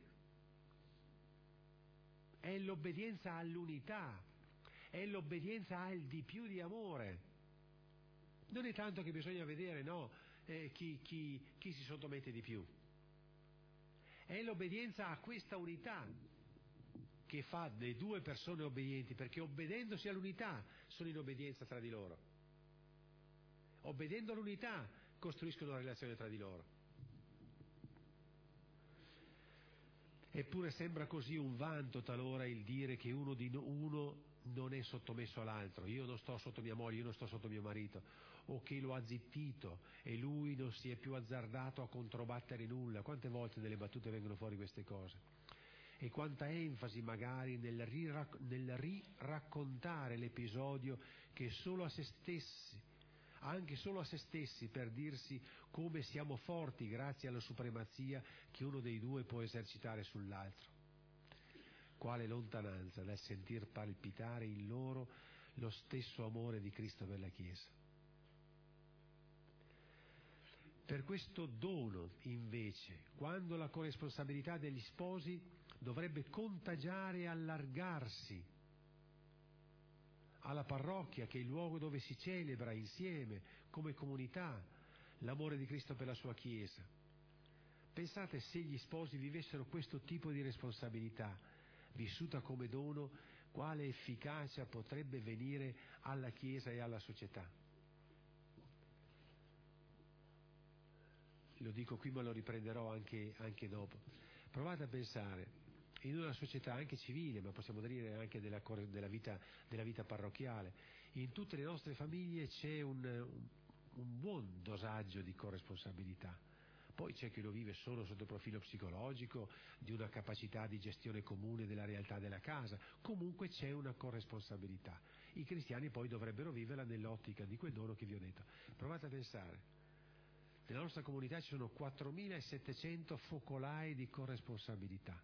è l'obbedienza all'unità, è l'obbedienza al di più di amore. Non è tanto che bisogna vedere chi si sottomette di più. È l'obbedienza a questa unità che fa le due persone obbedienti, perché obbedendosi all'unità sono in obbedienza tra di loro. Obbedendo all'unità costruiscono una relazione tra di loro. Eppure sembra così un vanto talora il dire che uno non è sottomesso all'altro. Io non sto sotto mia moglie, io non sto sotto mio marito, o che lo ha zittito e lui non si è più azzardato a controbattere nulla. Quante volte nelle battute vengono fuori queste cose? E quanta enfasi magari nel riraccontare l'episodio che solo a se stessi, anche solo a se stessi, per dirsi come siamo forti grazie alla supremazia che uno dei due può esercitare sull'altro. Quale lontananza dal sentir palpitare in loro lo stesso amore di Cristo per la Chiesa. Per questo dono, invece, quando la corresponsabilità degli sposi dovrebbe contagiare e allargarsi alla parrocchia, che è il luogo dove si celebra insieme, come comunità, l'amore di Cristo per la sua Chiesa. Pensate se gli sposi vivessero questo tipo di responsabilità, vissuta come dono, quale efficacia potrebbe venire alla Chiesa e alla società. Lo dico qui ma lo riprenderò anche dopo. Provate a pensare, in una società anche civile, ma possiamo dire anche della vita parrocchiale, in tutte le nostre famiglie c'è un buon dosaggio di corresponsabilità. Poi c'è chi lo vive solo sotto il profilo psicologico, di una capacità di gestione comune della realtà della casa. Comunque c'è una corresponsabilità. I cristiani poi dovrebbero viverla nell'ottica di quel dono che vi ho detto. Provate a pensare. Nella nostra comunità ci sono 4.700 focolai di corresponsabilità.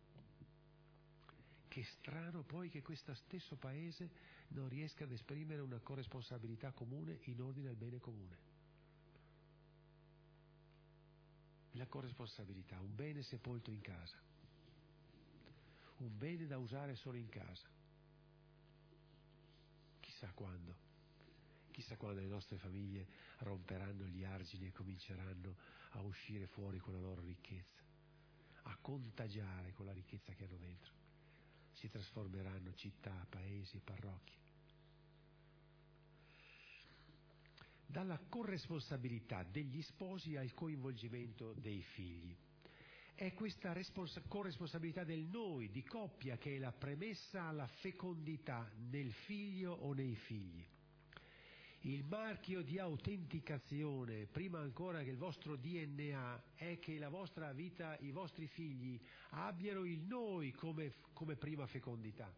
Che strano poi che questo stesso paese non riesca ad esprimere una corresponsabilità comune in ordine al bene comune. La corresponsabilità, un bene sepolto in casa, un bene da usare solo in casa. Chissà quando le nostre famiglie romperanno gli argini e cominceranno a uscire fuori con la loro ricchezza, a contagiare con la ricchezza che hanno dentro. Si trasformeranno città, paesi, parrocchie. Dalla corresponsabilità degli sposi al coinvolgimento dei figli. È questa corresponsabilità del noi, di coppia, che è la premessa alla fecondità nel figlio o nei figli. Il marchio di autenticazione, prima ancora che il vostro DNA, è che la vostra vita, i vostri figli abbiano il noi come prima fecondità.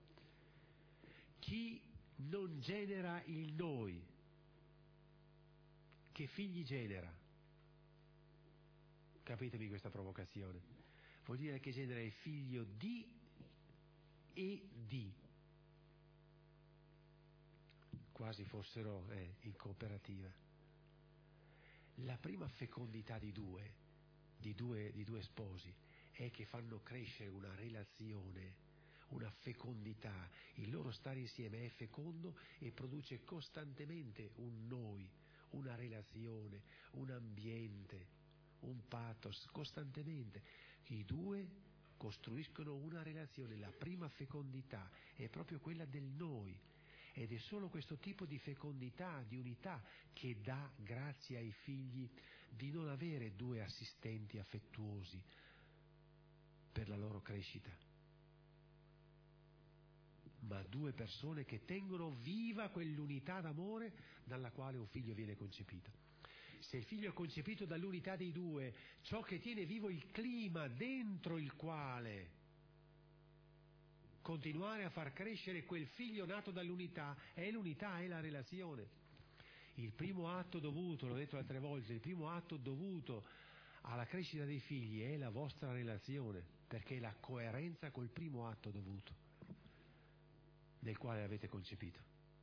Chi non genera il noi, che figli genera? Capitemi questa provocazione. Vuol dire che genera il figlio di e di. Quasi fossero in cooperativa. La prima fecondità di due sposi è che fanno crescere una relazione, una fecondità. Il loro stare insieme è fecondo e produce costantemente un noi, una relazione, un ambiente, un pathos, costantemente. I due costruiscono una relazione. La prima fecondità è proprio quella del noi, ed è solo questo tipo di fecondità, di unità, che dà grazia ai figli di non avere due assistenti affettuosi per la loro crescita, ma due persone che tengono viva quell'unità d'amore dalla quale un figlio viene concepito. Se il figlio è concepito dall'unità dei due, ciò che tiene vivo il clima dentro il quale continuare a far crescere quel figlio nato dall'unità è la relazione. Il primo atto dovuto, l'ho detto altre volte, il primo atto dovuto alla crescita dei figli è la vostra relazione, perché è la coerenza col primo atto dovuto nel quale avete concepito.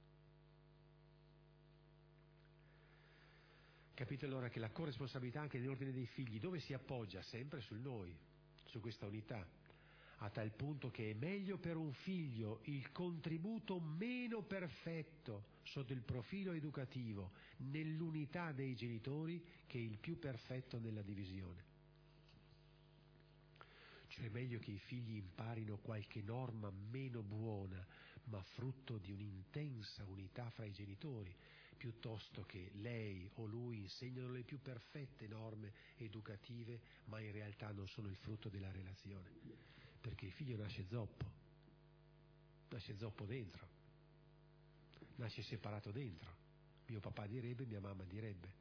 Capite allora che la corresponsabilità anche nell'ordine dei figli dove si appoggia? Sempre sul noi, su questa unità, a tal punto che è meglio per un figlio il contributo meno perfetto sotto il profilo educativo nell'unità dei genitori che il più perfetto nella divisione. Cioè è meglio che i figli imparino qualche norma meno buona, ma frutto di un'intensa unità fra i genitori, piuttosto che lei o lui insegnano le più perfette norme educative, ma in realtà non sono il frutto della relazione. Perché il figlio nasce zoppo dentro, nasce separato dentro. Mio papà direbbe, mia mamma direbbe.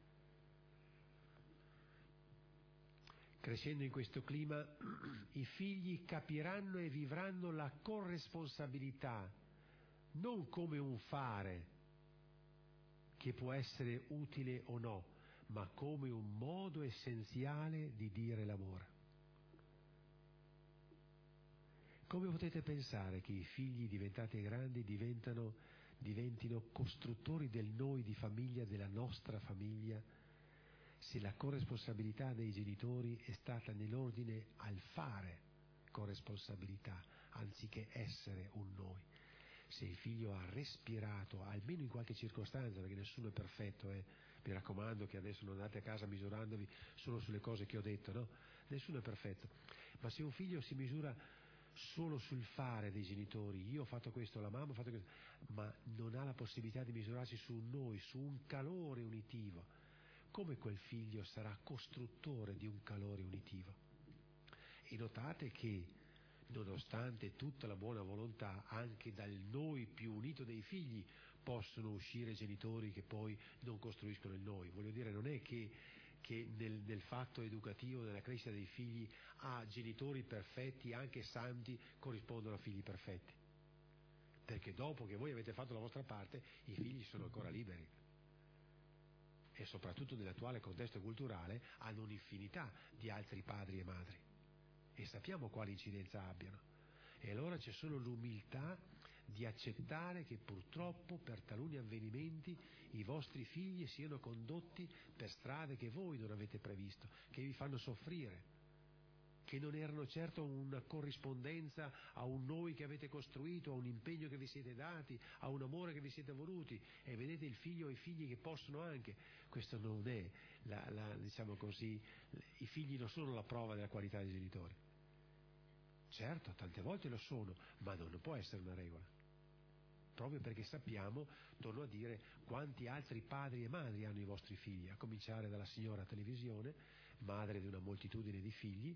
Crescendo in questo clima, i figli capiranno e vivranno la corresponsabilità non come un fare che può essere utile o no, ma come un modo essenziale di dire l'amore. Come potete pensare che i figli diventati grandi diventino costruttori del noi di famiglia, della nostra famiglia, se la corresponsabilità dei genitori è stata nell'ordine al fare corresponsabilità, anziché essere un noi? Se il figlio ha respirato, almeno in qualche circostanza, perché nessuno è perfetto, mi raccomando che adesso non andate a casa misurandovi solo sulle cose che ho detto, no? Nessuno è perfetto, ma se un figlio si misura solo sul fare dei genitori, io ho fatto questo, la mamma ha fatto questo, ma non ha la possibilità di misurarsi su un noi, su un calore unitivo, come quel figlio sarà costruttore di un calore unitivo? E notate che nonostante tutta la buona volontà, anche dal noi più unito dei figli possono uscire genitori che poi non costruiscono il noi. Voglio dire, non è che nel fatto educativo, nella crescita dei figli, a genitori perfetti, anche santi, corrispondono a figli perfetti. Perché dopo che voi avete fatto la vostra parte, i figli sono ancora liberi. E soprattutto nell'attuale contesto culturale hanno un'infinità di altri padri e madri. E sappiamo quale incidenza abbiano. E allora c'è solo l'umiltà di accettare che purtroppo per taluni avvenimenti i vostri figli siano condotti per strade che voi non avete previsto, che vi fanno soffrire, che non erano certo una corrispondenza a un noi che avete costruito, a un impegno che vi siete dati, a un amore che vi siete voluti, e vedete il figlio o i figli che possono anche. Questo non è, diciamo così, i figli non sono la prova della qualità dei genitori. Certo, tante volte lo sono, ma non può essere una regola. Proprio perché sappiamo, torno a dire, quanti altri padri e madri hanno i vostri figli, a cominciare dalla signora televisione, madre di una moltitudine di figli,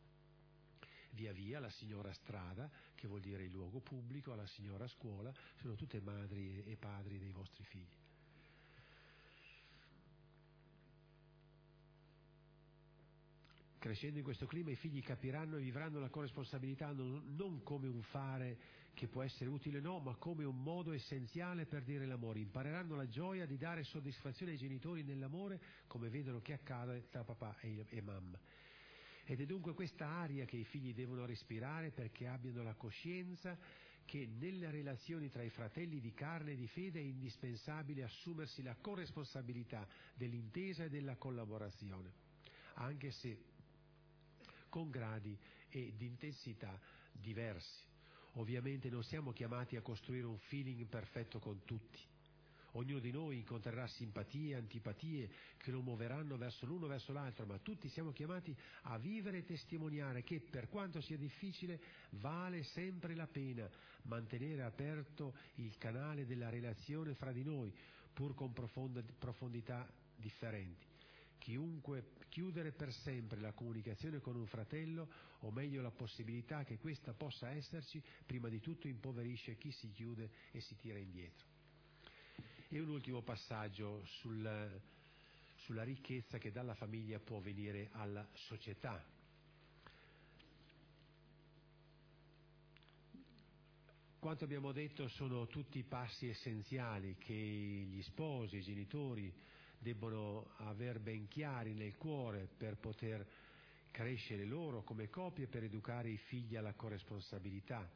via via la signora strada, che vuol dire il luogo pubblico, alla signora scuola, sono tutte madri e padri dei vostri figli. Crescendo in questo clima i figli capiranno e vivranno la corresponsabilità non come un fare che può essere utile o no, ma come un modo essenziale per dire l'amore. Impareranno la gioia di dare soddisfazione ai genitori nell'amore, come vedono che accade tra papà e mamma. Ed è dunque questa aria che i figli devono respirare, perché abbiano la coscienza che nelle relazioni tra i fratelli di carne e di fede è indispensabile assumersi la corresponsabilità dell'intesa e della collaborazione, anche se con gradi e di intensità diversi. Ovviamente non siamo chiamati a costruire un feeling perfetto con tutti. Ognuno di noi incontrerà simpatie e antipatie che lo muoveranno verso l'uno o verso l'altro, ma tutti siamo chiamati a vivere e testimoniare che, per quanto sia difficile, vale sempre la pena mantenere aperto il canale della relazione fra di noi, pur con profondità differenti. Chiudere per sempre la comunicazione con un fratello, o meglio la possibilità che questa possa esserci, prima di tutto impoverisce chi si chiude e si tira indietro. E un ultimo passaggio sulla ricchezza che dalla famiglia può venire alla società. Quanto abbiamo detto sono tutti passi essenziali che gli sposi, i genitori debbono aver ben chiari nel cuore per poter crescere loro come coppie, per educare i figli alla corresponsabilità,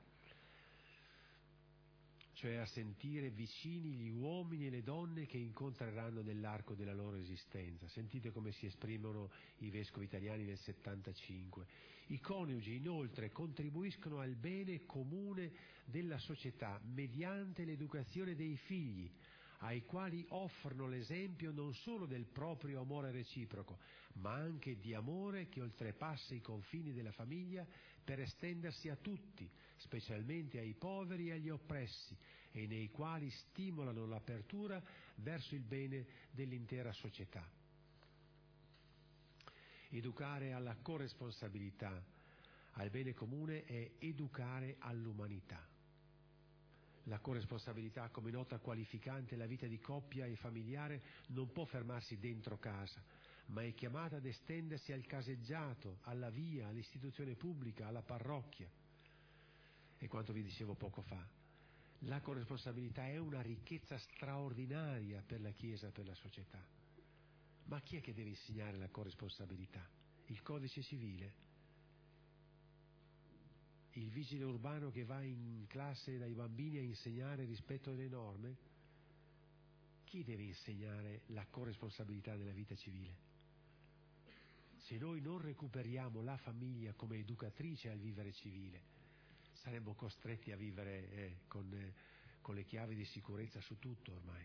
cioè a sentire vicini gli uomini e le donne che incontreranno nell'arco della loro esistenza. Sentite come si esprimono i vescovi italiani nel 75. I coniugi inoltre contribuiscono al bene comune della società mediante l'educazione dei figli, ai quali offrono l'esempio non solo del proprio amore reciproco, ma anche di amore che oltrepassa i confini della famiglia per estendersi a tutti, specialmente ai poveri e agli oppressi, e nei quali stimolano l'apertura verso il bene dell'intera società. Educare alla corresponsabilità, al bene comune, è educare all'umanità. La corresponsabilità, come nota qualificante la vita di coppia e familiare, non può fermarsi dentro casa, ma è chiamata ad estendersi al caseggiato, alla via, all'istituzione pubblica, alla parrocchia. E quanto vi dicevo poco fa, la corresponsabilità è una ricchezza straordinaria per la Chiesa e per la società. Ma chi è che deve insegnare la corresponsabilità? Il codice civile? Il vigile urbano che va in classe dai bambini a insegnare il rispetto delle norme? Chi deve insegnare la corresponsabilità nella vita civile? Se noi non recuperiamo la famiglia come educatrice al vivere civile, saremmo costretti a vivere con le chiavi di sicurezza su tutto ormai.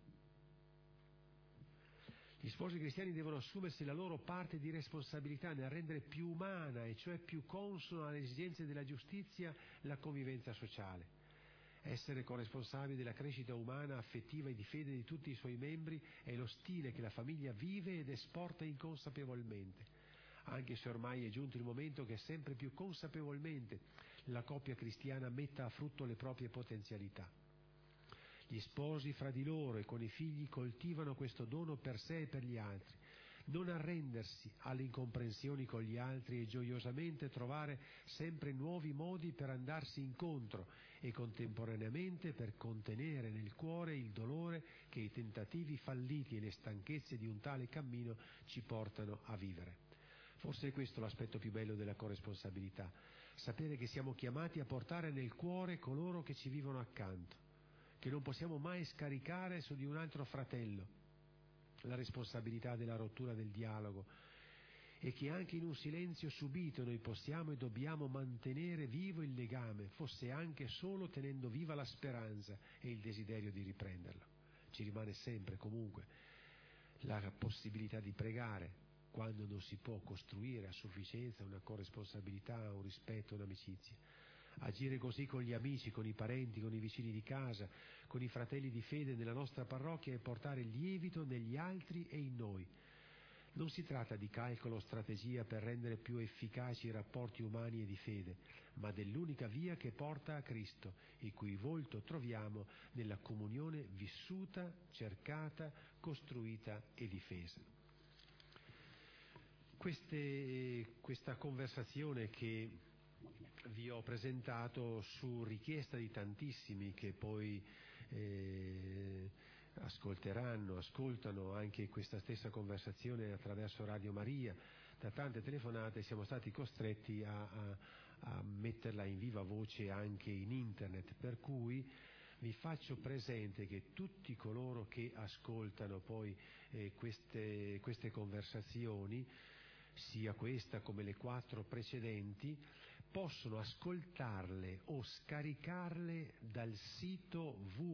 Gli sposi cristiani devono assumersi la loro parte di responsabilità nel rendere più umana, e cioè più consona alle esigenze della giustizia, la convivenza sociale. Essere corresponsabili della crescita umana, affettiva e di fede di tutti i suoi membri è lo stile che la famiglia vive ed esporta inconsapevolmente, anche se ormai è giunto il momento che sempre più consapevolmente la coppia cristiana metta a frutto le proprie potenzialità. Gli sposi fra di loro e con i figli coltivano questo dono per sé e per gli altri. Non arrendersi alle incomprensioni con gli altri e gioiosamente trovare sempre nuovi modi per andarsi incontro e contemporaneamente per contenere nel cuore il dolore che i tentativi falliti e le stanchezze di un tale cammino ci portano a vivere. Forse è questo l'aspetto più bello della corresponsabilità, sapere che siamo chiamati a portare nel cuore coloro che ci vivono accanto, che non possiamo mai scaricare su di un altro fratello la responsabilità della rottura del dialogo, e che anche in un silenzio subito noi possiamo e dobbiamo mantenere vivo il legame, fosse anche solo tenendo viva la speranza e il desiderio di riprenderlo. Ci rimane sempre, comunque, la possibilità di pregare quando non si può costruire a sufficienza una corresponsabilità, un rispetto, un'amicizia. Agire così con gli amici, con i parenti, con i vicini di casa, con i fratelli di fede nella nostra parrocchia, e portare lievito negli altri e in noi. Non si tratta di calcolo o strategia per rendere più efficaci i rapporti umani e di fede, ma dell'unica via che porta a Cristo, il cui volto troviamo nella comunione vissuta, cercata, costruita e difesa. Questa conversazione che vi ho presentato su richiesta di tantissimi che poi ascoltano anche questa stessa conversazione attraverso Radio Maria. Da tante telefonate siamo stati costretti a metterla in viva voce anche in internet, per cui vi faccio presente che tutti coloro che ascoltano poi queste conversazioni, sia questa come le 4 precedenti, possono ascoltarle o scaricarle dal sito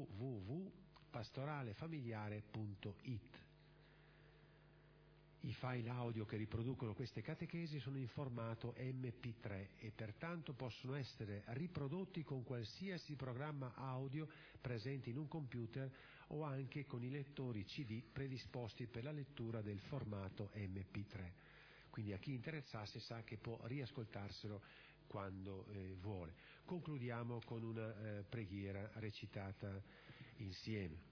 www.pastoralefamiliare.it. I file audio che riproducono queste catechesi sono in formato MP3 e pertanto possono essere riprodotti con qualsiasi programma audio presente in un computer o anche con i lettori CD predisposti per la lettura del formato MP3. Quindi a chi interessasse sa che può riascoltarselo quando vuole. Concludiamo con una preghiera recitata insieme.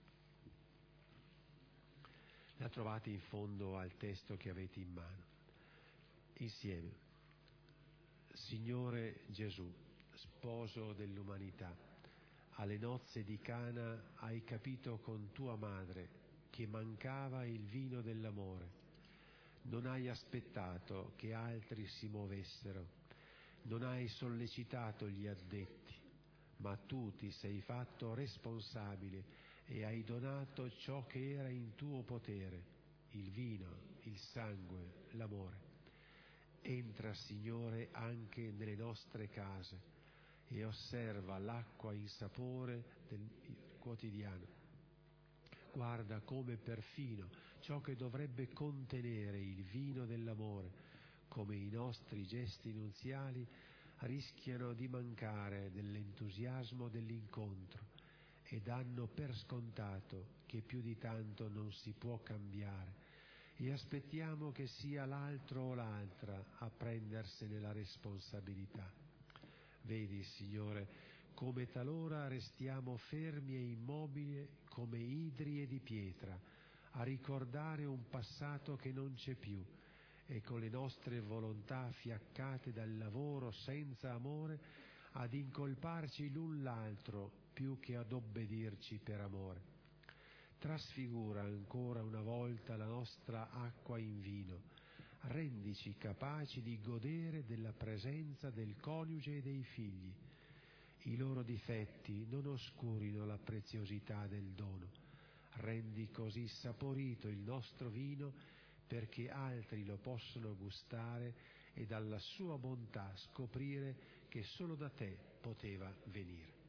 La trovate in fondo al testo che avete in mano. Insieme. Signore Gesù, sposo dell'umanità, alle nozze di Cana hai capito con tua madre che mancava il vino dell'amore. Non hai aspettato che altri si muovessero, non hai sollecitato gli addetti, ma tu ti sei fatto responsabile e hai donato ciò che era in tuo potere, il vino, il sangue, l'amore. Entra, Signore, anche nelle nostre case e osserva l'acqua insapore del quotidiano. Guarda come perfino ciò che dovrebbe contenere il vino dell'amore, come i nostri gesti nuziali, rischiano di mancare dell'entusiasmo dell'incontro e danno per scontato che più di tanto non si può cambiare e aspettiamo che sia l'altro o l'altra a prendersene la responsabilità. Vedi, Signore, come talora restiamo fermi e immobili come idrie di pietra, a ricordare un passato che non c'è più e con le nostre volontà fiaccate dal lavoro senza amore ad incolparci l'un l'altro più che ad obbedirci per amore. Trasfigura ancora una volta la nostra acqua in vino, rendici capaci di godere della presenza del coniuge e dei figli. I loro difetti non oscurino la preziosità del dono. Rendi così saporito il nostro vino perché altri lo possono gustare e dalla sua bontà scoprire che solo da te poteva venire.